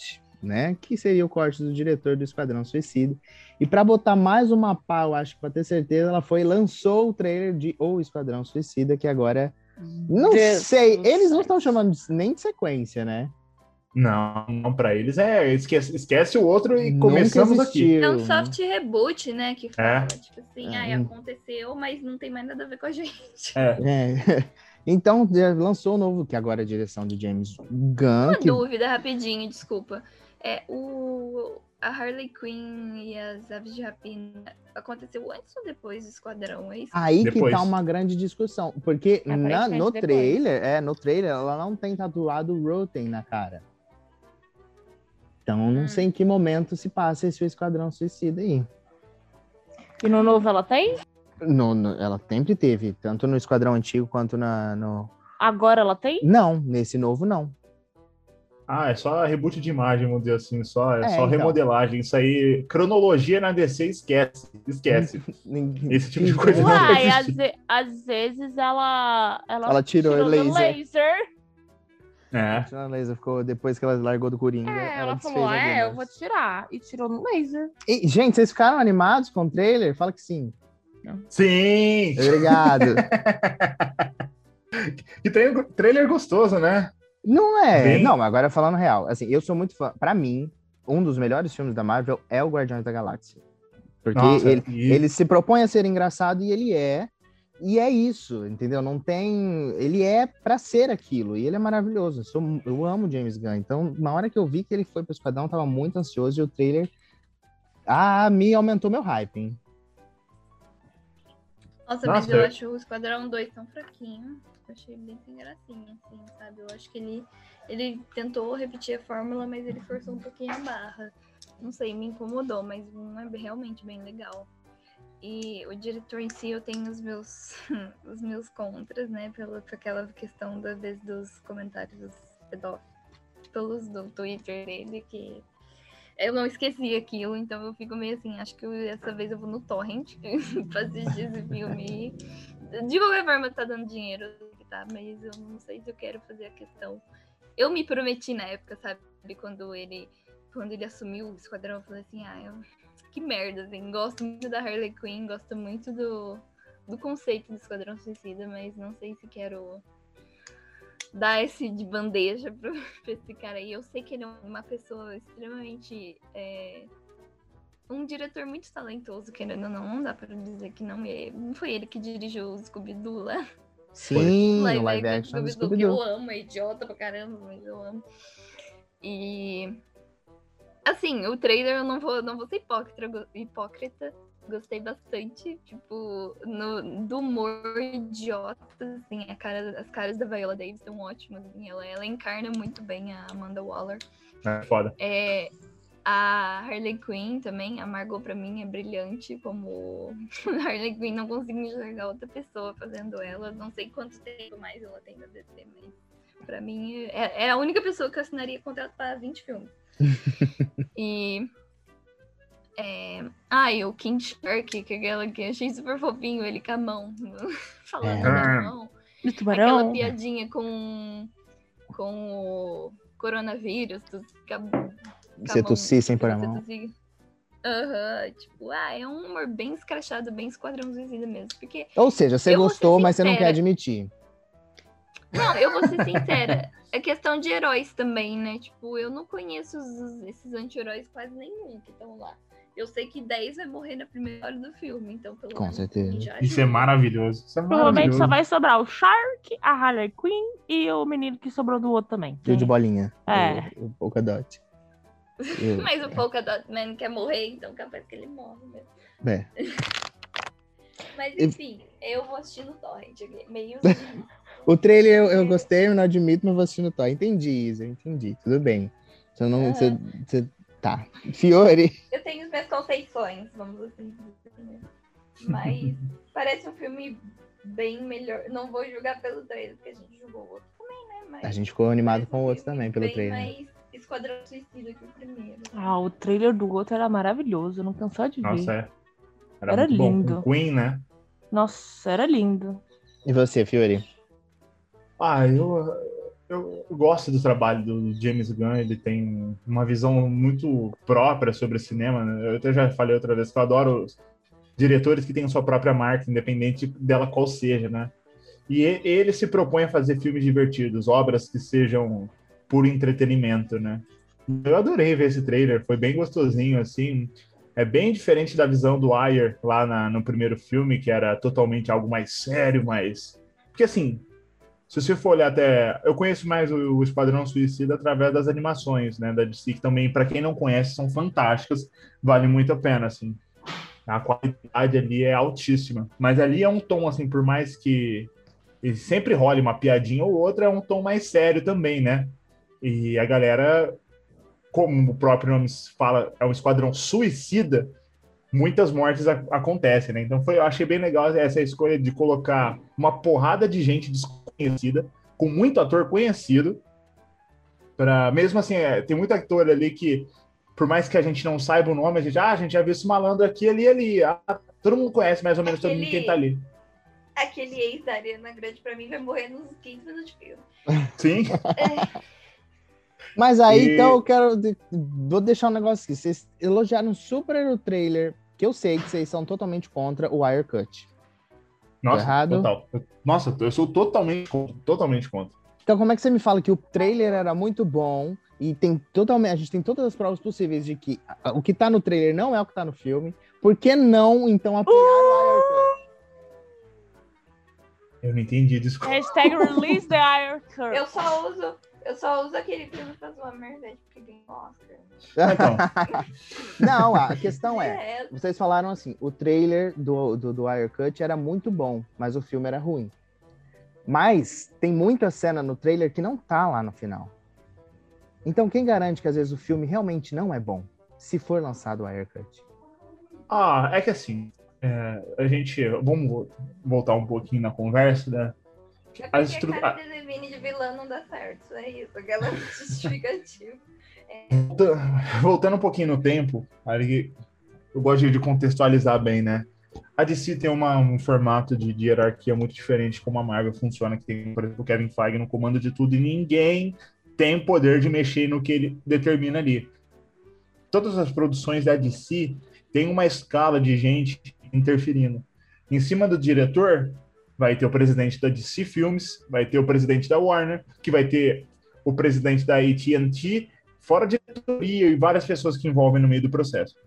né? Que seria o corte do diretor do Esquadrão Suicida. E para botar mais uma pá, eu acho que para ter certeza, ela foi e lançou o trailer de O Esquadrão Suicida, que agora não Deus sei, do eles não céu. estão chamando de- nem de sequência, né? Não, não, pra eles é esquece, esquece o outro e Nunca começamos aqui. existiu. É um soft reboot, né? Que fala. Tipo assim, É. ai, aconteceu, mas não tem mais nada a ver com a gente. É. É. Então, já lançou o novo, que agora é a direção de James Gunn. Uma Que... dúvida, rapidinho, desculpa. É, o, a Harley Quinn e as Aves de Rapina aconteceu antes ou depois do Esquadrão? É isso? Aí Depois. que tá uma grande discussão, porque na, Aparentemente no depois. trailer, é, no trailer ela não tem tatuado Roten na cara. Então, não Hum. sei em que momento se passa esse Esquadrão Suicida aí. E no novo ela tem? No, no- ela sempre teve, tanto no Esquadrão Antigo quanto na, no... Agora ela tem? Não, nesse novo não. Ah, é só reboot de imagem, vamos dizer assim, só, é, É, só então. remodelagem. Isso aí, cronologia na D C, esquece. Esquece. Ninguém- Esse tipo de coisa não vai Uai, às, existir. ve- às vezes ela. Ela, Ela tirou o do laser. laser. É. A Laser ficou, depois que ela largou do Coringa, É, ela, ela desfez falou: é, eu algumas. vou tirar. E tirou no laser. E, gente, vocês ficaram animados com o trailer? Fala que sim. Sim! Obrigado. Que trailer, trailer gostoso, né? Não é. Bem- Não, agora falando real. Assim, eu sou muito fã. Pra mim, um dos melhores filmes da Marvel é o Guardiões da Galáxia. Porque Nossa, ele, e- ele se propõe a ser engraçado e ele é. E é isso, entendeu? Não tem. Ele é pra ser aquilo. E ele é maravilhoso. Eu, sou- eu amo James Gunn. Então, na hora que eu vi que ele foi pro Esquadrão, eu tava muito ansioso. E o trailer. Ah, me aumentou meu hype, hein? Nossa, mas Nossa, eu eu- acho o Esquadrão dois tão fraquinho. Eu achei bem sem gracinha, assim, sabe? Eu acho que ele, ele tentou repetir a fórmula, mas ele forçou um pouquinho a barra. Não sei, me incomodou, mas um é realmente bem legal. E o diretor em si, eu tenho os meus, os meus contras, né? Pela, por aquela questão da vez dos comentários pedófilos do Twitter dele, que eu não esqueci aquilo, então eu fico meio assim, acho que eu- dessa vez eu vou no torrent pra assistir esse filme. De qualquer forma, tá dando dinheiro, tá? Mas eu não sei se eu quero fazer a questão. Eu me prometi na época, sabe? Quando ele, quando ele assumiu o Esquadrão, eu falei assim, ah, eu... que merda, assim. Gosto muito da Harley Quinn, gosto muito do, do conceito do Esquadrão Suicida, mas não sei se quero dar esse de bandeja pra, pra esse cara aí. Eu sei que ele é uma pessoa extremamente... é, um diretor muito talentoso, querendo ou não, não dá pra dizer que não é. Não foi ele que dirigiu o Scooby-Doo lá. Sim, o live action do Scooby-Doo, que eu Scooby-Doo. amo, é idiota pra caramba, mas eu amo. E... assim, o trailer eu não vou, não vou ser hipócrita, go- hipócrita. Gostei bastante, tipo, no, do humor idiota, assim, a cara, as caras da Viola Davis são ótimas, assim, ela, ela encarna muito bem a Amanda Waller. É foda. É, a Harley Quinn também, a Margot pra mim é brilhante, como Harley Quinn, não consigo enxergar outra pessoa fazendo ela, não sei quanto tempo mais ela tem na D C, mas pra mim é, é a única pessoa que eu assinaria contrato para vinte filmes. E... É... Ah, e o King Shark, que é aquela que eu achei super fofinho, ele com a mão, falando É. da mão. Do Aquela tubarão. piadinha com, com o coronavírus, tu fica com a Você mão- tossir sem pôr a você mão. tossir. Aham, tipo, ah, é um humor bem escrachado, bem Esquadrão Suicida mesmo, porque... Ou seja, você Eu vou ser gostou, mas você não quer sincera. admitir. Não, eu vou ser sincera, é questão de heróis também, né? Tipo, eu não conheço os- esses anti-heróis quase nenhum que estão lá. Eu sei que dez vai morrer na primeira hora do filme, então pelo Com menos certeza. já Isso é ajuda. maravilhoso. Isso é Provavelmente maravilhoso. só vai sobrar o Shark, a Harley Quinn e o menino que sobrou do outro também. E o de bolinha. É. O, o Polka Dot. Eu- Mas o Polka Dot Man quer morrer, então capaz que ele morre mesmo. É. Mas Eu- enfim, eu vou assistir no Torrent aqui, meio O trailer eu, eu gostei, eu não admito, mas vou assistir no Thor. Entendi, Isa, entendi. Tudo bem. Você não. Você, Aham. você- tá. Fiore. Eu tenho as minhas conceições, vamos assim dizer. né? Mas parece um filme bem melhor. Não vou julgar pelo trailer, porque a gente julgou o outro também, né? Mas A gente ficou animado parece com um o outro filme também, pelo bem trailer. mais Esquadrão Suicida que o primeiro. Ah, o trailer do outro era maravilhoso, eu não cansava de ver. Nossa, é. Era, Era muito bom. lindo. Com Queen, né? Nossa, era lindo. E você, Fiore? Ah, eu. eu gosto do trabalho do James Gunn, ele tem uma visão muito própria sobre o cinema, né? Eu até já falei outra vez que eu adoro os diretores que têm sua própria marca, independente dela qual seja, né? E ele se propõe a fazer filmes divertidos, obras que sejam puro entretenimento, né? Eu adorei ver esse trailer, foi bem gostosinho, assim. É bem diferente da visão do Wire lá na, no primeiro filme, que era totalmente algo mais sério, mais... Porque, assim, se você for olhar até... Eu conheço mais o, o Esquadrão Suicida através das animações, né, da D C, que também, para quem não conhece, são fantásticas, vale muito a pena, assim. A qualidade ali é altíssima. Mas ali é um tom, assim, por mais que ele sempre role uma piadinha ou outra, é um tom mais sério também, né? E a galera, como o próprio nome fala, é um esquadrão suicida, muitas mortes a- acontecem, né? Então foi, eu achei bem legal essa escolha de colocar uma porrada de gente desconhecida, com muito ator conhecido, para mesmo assim, é, tem muito ator ali que, por mais que a gente não saiba o nome, a gente, ah, a gente já viu esse malandro aqui, ali, ali. Ah, todo mundo conhece mais ou menos todo mundo quem tá ali. Aquele ex da Ariana Grande, pra mim, vai morrer nos quinze minutos de filme. Sim. É, Mas aí, E- então, eu quero. de- Vou deixar um negócio aqui. Vocês elogiaram super o trailer, que eu sei que vocês são totalmente contra o Wire Cut. Nossa, errado? total. Nossa, eu sou totalmente contra, totalmente contra. Então, como é que você me fala que o trailer era muito bom e tem totalmente, a gente tem todas as provas possíveis de que a- o que tá no trailer não é o que tá no filme? Por que não, então, apoiar o Wire Cut? Eu não entendi, desculpa. Hashtag release the Iron Curse. eu só uso. Eu só uso aquele filme pra zoar Mercedes, porque tem Oscar. Então, Não, a questão é, É, vocês falaram assim, o trailer do, do, do Wire Cut era muito bom, mas o filme era ruim. Mas tem muita cena no trailer que não tá lá no final. Então quem garante que às vezes o filme realmente não é bom, se for lançado o Wire Cut? ah, é que assim, é, a gente, vamos voltar um pouquinho na conversa, né? é A porque estru- a cara de Devine de vilã não dá certo. Isso é isso. Aquela justificativa. Volta- Voltando um pouquinho no tempo, aí eu gosto de contextualizar bem, né? A D C tem uma- um formato de, de hierarquia muito diferente como a Marvel funciona, que tem, por exemplo, o Kevin Feige no comando de tudo e ninguém tem poder de mexer no que ele determina ali. Todas as produções da D C têm uma escala de gente interferindo. Em cima do diretor, vai ter o presidente da D C Filmes, vai ter o presidente da Warner, que vai ter o presidente da A T and T, fora a diretoria e várias pessoas que envolvem no meio do processo.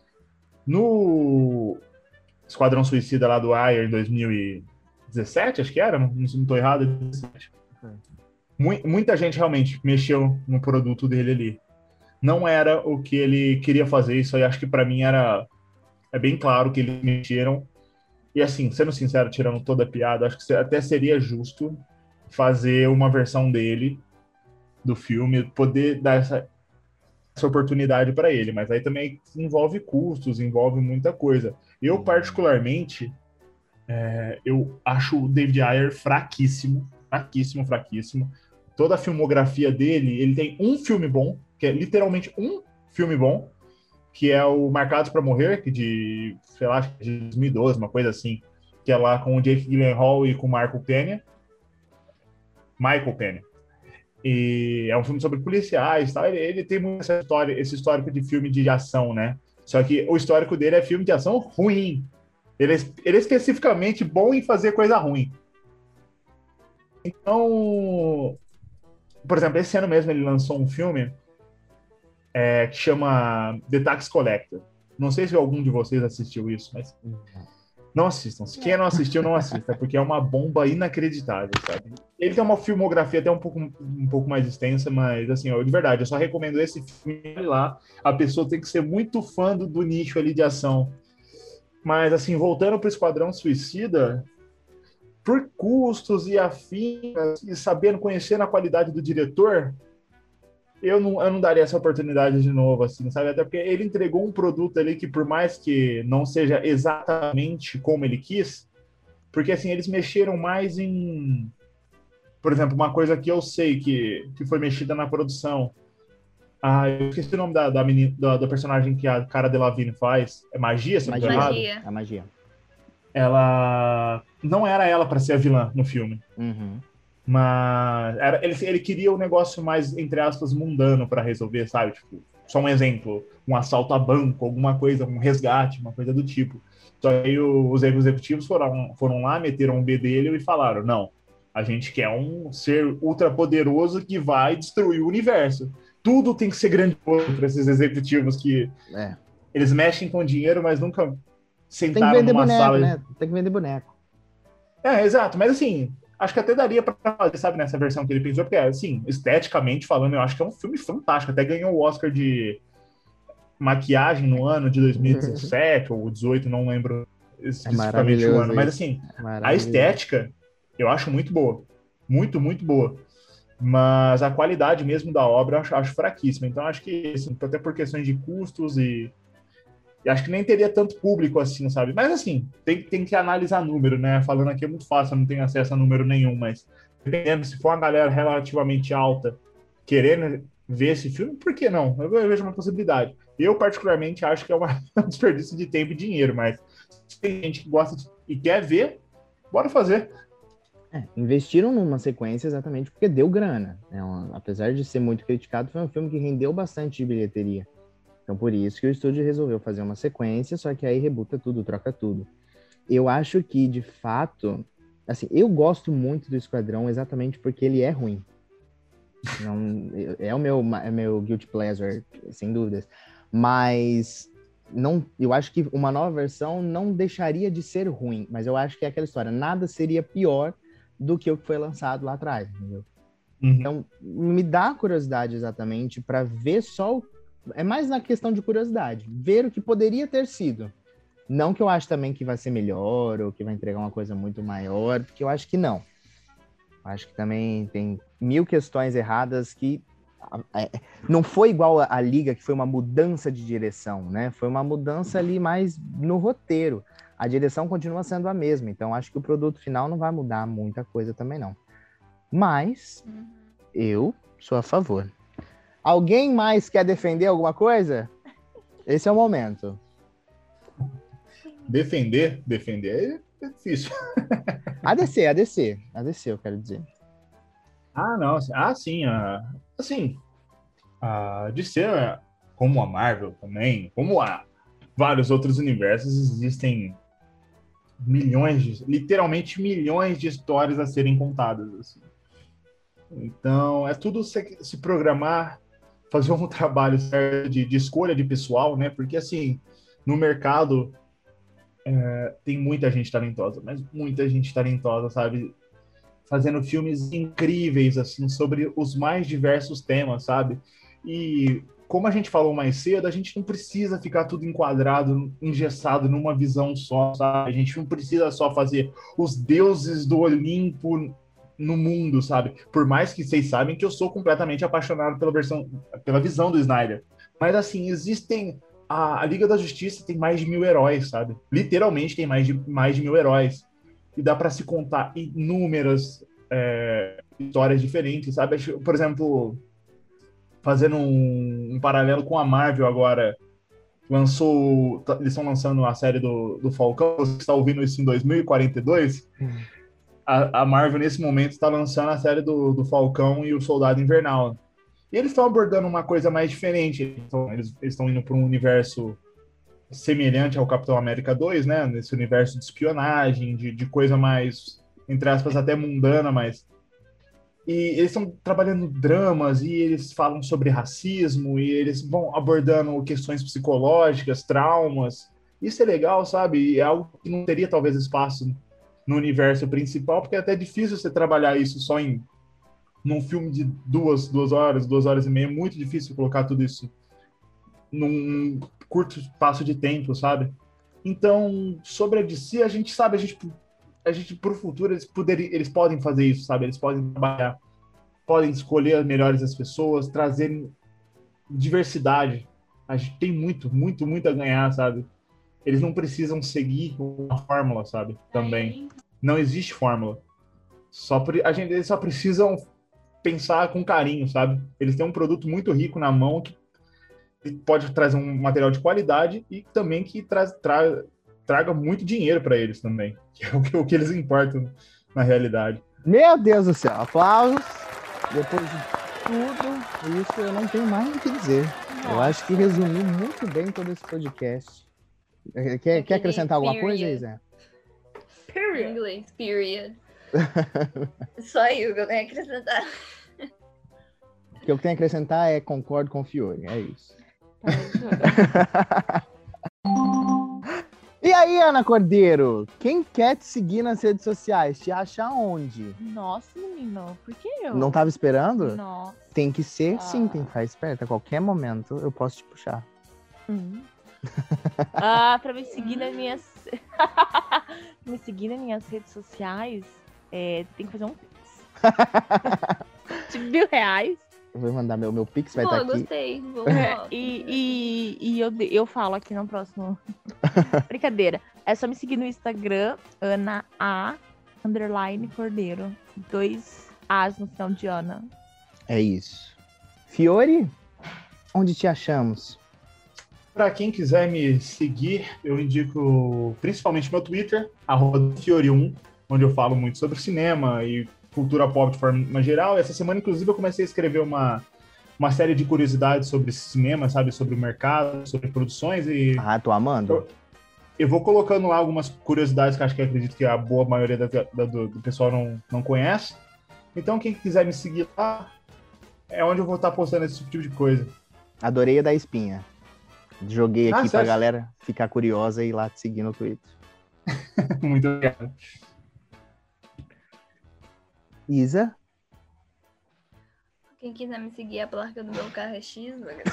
No Esquadrão Suicida lá do Wire em dois mil e dezessete, acho que era, não estou errado, dezessete. Mu- Muita gente realmente mexeu no produto dele ali. Não era o que ele queria fazer, isso aí acho que para mim era é bem claro que eles mexeram. E assim, sendo sincero, tirando toda a piada, acho que até seria justo fazer uma versão dele do filme, poder dar essa, essa oportunidade para ele, mas aí também envolve custos, envolve muita coisa. Eu, particularmente, é, eu acho o David Ayer fraquíssimo, fraquíssimo, fraquíssimo. Toda a filmografia dele, ele tem um filme bom, que é literalmente um filme bom, que é o Marcados para Morrer, que de, sei lá, acho que de dois mil e doze, uma coisa assim, que é lá com o Jake Gyllenhaal e com o Michael Pena. Michael Pena. E é um filme sobre policiais, tá? ele, ele tem muito essa história, esse histórico de filme de ação, né? Só que o histórico dele é filme de ação ruim. Ele é, ele é especificamente bom em fazer coisa ruim. Então, por exemplo, esse ano mesmo ele lançou um filme é, que chama The Tax Collector. Não sei se algum de vocês assistiu isso, mas não assistam. Se quem não assistiu, não assista, porque é uma bomba inacreditável, sabe? Ele tem uma filmografia até um pouco, um pouco mais extensa, mas assim, ó, de verdade, eu só recomendo esse filme lá. A pessoa tem que ser muito fã do, do nicho ali de ação. Mas assim, voltando para o Esquadrão Suicida, por custos e afins, e sabendo, conhecendo a qualidade do diretor, eu não, eu não daria essa oportunidade de novo, assim, sabe? Até porque ele entregou um produto ali que, por mais que não seja exatamente como ele quis, porque, assim, eles mexeram mais em... Por exemplo, uma coisa que eu sei que, que foi mexida na produção. Ah, eu esqueci o nome da, da, menina, da, da personagem que a Cara Delevingne faz. É Magia, se não estou errado? Magia. A magia. Ela... Não era ela para ser a vilã no filme. Uhum. Mas era, ele, ele queria um negócio mais, entre aspas, mundano para resolver, sabe? Tipo, só um exemplo, um assalto a banco, alguma coisa, um resgate, uma coisa do tipo. Só aí o, os executivos foram, foram lá, meteram um bedelho e falaram, não, a gente quer um ser ultrapoderoso que vai destruir o universo. Tudo tem que ser grandioso para esses executivos que É. eles mexem com dinheiro, mas nunca Tem que sentaram vender numa boneco, sala. né? Tem que vender boneco. É, exato, mas assim, acho que até daria pra fazer, sabe, nessa versão que ele pensou, porque, assim, esteticamente falando, eu acho que é um filme fantástico, até ganhou o Oscar de maquiagem no ano de dois mil e dezessete ou dezoito, não lembro especificamente o maravilhoso ano, mas isso. assim, a Maravilhoso. estética eu acho muito boa, muito, muito boa, mas a qualidade mesmo da obra eu acho, acho fraquíssima, então acho que, assim, até por questões de custos e E acho que nem teria tanto público assim, sabe? Mas assim, tem, tem que analisar número, né? Falando aqui é muito fácil, eu não tenho acesso a número nenhum, mas dependendo, se for uma galera relativamente alta querendo ver esse filme, por que não? Eu, eu vejo uma possibilidade. Eu, particularmente, acho que é uma, um desperdício de tempo e dinheiro, mas se tem gente que gosta de, e quer ver, bora fazer. É, investiram numa sequência exatamente porque deu grana. É uma- apesar de ser muito criticado, foi um filme que rendeu bastante de bilheteria. Então, por isso que o estúdio resolveu fazer uma sequência, só que aí rebuta tudo, troca tudo. Eu acho que, de fato, assim, eu gosto muito do Esquadrão exatamente porque ele é ruim. Não, é o meu, é meu guilty pleasure, sem dúvidas. Mas não, eu acho que uma nova versão não deixaria de ser ruim, mas eu acho que é aquela história, nada seria pior do que o que foi lançado lá atrás, entendeu? Uhum. Então, me dá curiosidade exatamente para ver só o... É mais na questão de curiosidade, ver o que poderia ter sido. Não que eu acho também que vai ser melhor ou que vai entregar uma coisa muito maior, porque eu acho que não. Eu acho que também tem mil questões erradas que é, não foi igual a, a Liga, que foi uma mudança de direção, né? Foi uma mudança ali mais no roteiro. A direção continua sendo a mesma, então acho que o produto final não vai mudar muita coisa também não. Mas eu sou a favor. Alguém mais quer defender alguma coisa? Esse é o momento. Defender, defender é difícil. A D C, a D C. A D C, eu quero dizer. Ah, não. Ah, sim. A, assim, a D C, como a Marvel também, como a vários outros universos, existem milhões, de, literalmente milhões de histórias a serem contadas. Assim. Então, é tudo se, se programar, fazer um trabalho certo de, de escolha de pessoal, né? Porque, assim, no mercado é, tem muita gente talentosa, mas muita gente talentosa, sabe? Fazendo filmes incríveis, assim, sobre os mais diversos temas, sabe? E, como a gente falou mais cedo, a gente não precisa ficar tudo enquadrado, engessado numa visão só, sabe? A gente não precisa só fazer os deuses do Olimpo no mundo, sabe? Por mais que vocês sabem que eu sou completamente apaixonado pela versão, pela visão do Snyder. Mas, assim, existem... A, a Liga da Justiça tem mais de mil heróis, sabe? Literalmente tem mais de, mais de mil heróis. E dá para se contar inúmeras é, histórias diferentes, sabe? Por exemplo, fazendo um, um paralelo com a Marvel agora, lançou... Eles estão lançando a série do, do Falcão, você está ouvindo isso em dois mil e quarenta e dois... A, a Marvel, nesse momento, está lançando a série do, do Falcão e o Soldado Invernal. E eles estão abordando uma coisa mais diferente. Então, eles estão indo para um universo semelhante ao Capitão América dois, né? Nesse universo de espionagem, de, de coisa mais, entre aspas, até mundana, mas... E eles estão trabalhando dramas, e eles falam sobre racismo, e eles vão abordando questões psicológicas, traumas. Isso é legal, sabe? E é algo que não teria, talvez, espaço no universo principal, porque é até difícil você trabalhar isso só em num filme de duas, duas horas, duas horas e meia, é muito difícil colocar tudo isso num curto espaço de tempo, sabe? Então, sobre a D C, a gente sabe, a gente, a gente pro futuro, eles, poderiam, eles podem fazer isso, sabe? Eles podem trabalhar, podem escolher as melhores das pessoas, trazer diversidade. A gente tem muito, muito, muito a ganhar, sabe? Eles não precisam seguir uma fórmula, sabe? Também. Não existe fórmula. Só, a gente, eles só precisam pensar com carinho, sabe? Eles têm um produto muito rico na mão que pode trazer um material de qualidade e também que tra, tra, traga muito dinheiro para eles também, que é o que, o que eles importam na realidade. Meu Deus do céu, aplausos. Depois de tudo isso, eu não tenho mais o que dizer. Eu acho que resumiu muito bem todo esse podcast. Quer, quer acrescentar alguma coisa, Isa? Period. Inglês, period. Só isso que eu tenho a acrescentar. O que eu tenho a acrescentar é concordo com o Fiore, é isso. E aí, Ana Cordeiro, quem quer te seguir nas redes sociais, te acha onde? Nossa, menino, por que eu? Não tava esperando? Nossa. Tem que ser Ah. sim, tem que ficar esperto. A qualquer momento eu posso te puxar. Hum. Ah, pra me seguir nas minhas... me seguir nas minhas redes sociais, é, tem que fazer um pix. De mil reais. Eu vou mandar meu, meu pix, vai Pô, estar aqui. gostei. Vou, É, ó, e e, e eu, eu falo aqui no próximo. Brincadeira. É só me seguir no Instagram, Ana A underline Cordeiro. Dois As no final de Ana. É isso. Fiore, onde te achamos? Para quem quiser me seguir, eu indico principalmente meu Twitter, arroba Fiore um, onde eu falo muito sobre cinema e cultura pop de forma geral. Essa semana, inclusive, eu comecei a escrever uma, uma série de curiosidades sobre cinema, sabe? Sobre o mercado, sobre produções e... Ah, tô amando. Eu, eu vou colocando lá algumas curiosidades que acho que eu acredito que a boa maioria da, da, do, do pessoal não, não conhece. Então, quem quiser me seguir lá, é onde eu vou estar postando esse tipo de coisa. Adorei a da espinha. Joguei Ah, aqui pra sério? galera ficar curiosa e ir lá te seguir no Twitter. Muito obrigado. Isa? Quem quiser me seguir, a placa do meu carro é X.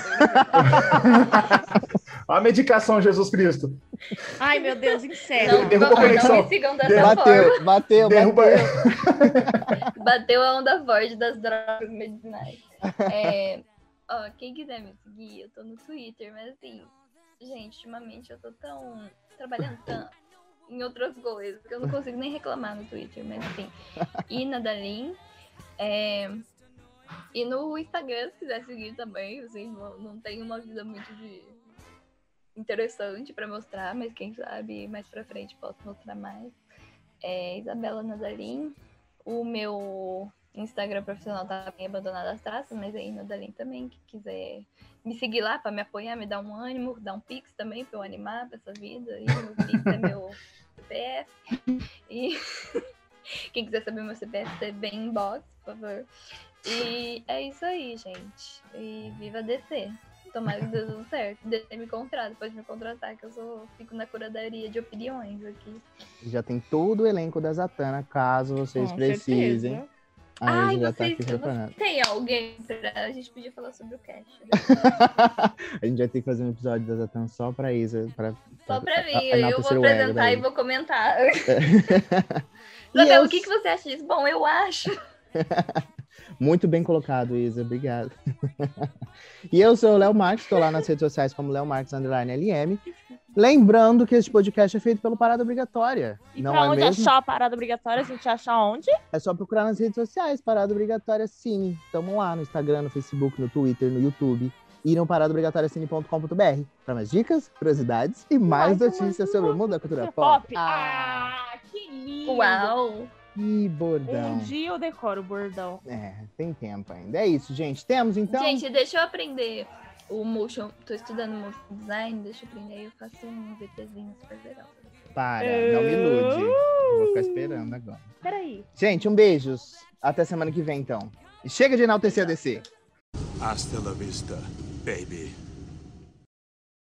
A medicação, Jesus Cristo. Ai, meu Deus, encerra. Não, Derruba por a favor, conexão. não me sigam dessa forma. Bateu, bateu, Derruba... bateu. Bateu a onda forte das drogas medicinais. É, ó, quem quiser me seguir, eu tô no Twitter, mas assim, gente, ultimamente eu tô tão trabalhando tanto em outras coisas que eu não consigo nem reclamar no Twitter, mas assim, Ina Dalin, é, e no Instagram, se quiser seguir também, assim, não, não tenho uma vida muito de interessante pra mostrar, mas quem sabe mais pra frente posso mostrar mais. É Isabela Nadalin. O meu Instagram profissional tá bem abandonado as traças, mas aí Nadalin também, que quiser me seguir lá pra me apoiar, me dar um ânimo, dar um pix também pra eu animar pra essa vida. E o pix é meu C P F. E quem quiser saber meu C P F, bem inbox, por favor. E é isso aí, gente. E viva D C. Tomara que dê tudo certo. D C me contrata, pode me contratar, que eu sou, fico na curadoria de opiniões aqui. Já tem todo o elenco da Zatanna, caso vocês Com precisem. certeza. A Ai, Isa já tá vocês, aqui preparando. tem alguém pra... A gente podia falar sobre o cast. Né? A gente vai ter que fazer um episódio da Zatanna só pra Isa. Pra, Só pra mim, a- a- eu enaltecer vou o ego apresentar daí. e vou comentar. E Isabel, eu- o que, que você acha disso? Bom, eu acho. Muito bem colocado, Isa. Obrigado. E eu sou o Léo Marques, estou lá nas redes sociais como Léo Marques underline L M. Lembrando que este podcast é feito pelo Parada Obrigatória. E Não pra é onde mesmo? achar a parada obrigatória, a gente acha onde? É só procurar nas redes sociais, Parada Obrigatória Cine. Tamo lá no Instagram, no Facebook, no Twitter, no YouTube. E no parada obrigatória cine ponto com ponto b r para mais dicas, curiosidades e mais notícias sobre o mundo da cultura pop. Ah, que lindo! Uau! Que bordão. Um dia eu decoro o bordão. É, tem tempo ainda. É isso, gente. Temos, então... Gente, deixa eu aprender o motion. Tô estudando motion design, deixa eu aprender aí, eu faço um VTzinho super legal. Para, não me ilude. Eu vou ficar esperando agora. Peraí. Gente, um beijos. Até semana que vem, então. E chega de enaltecer a D C. Hasta la vista, baby.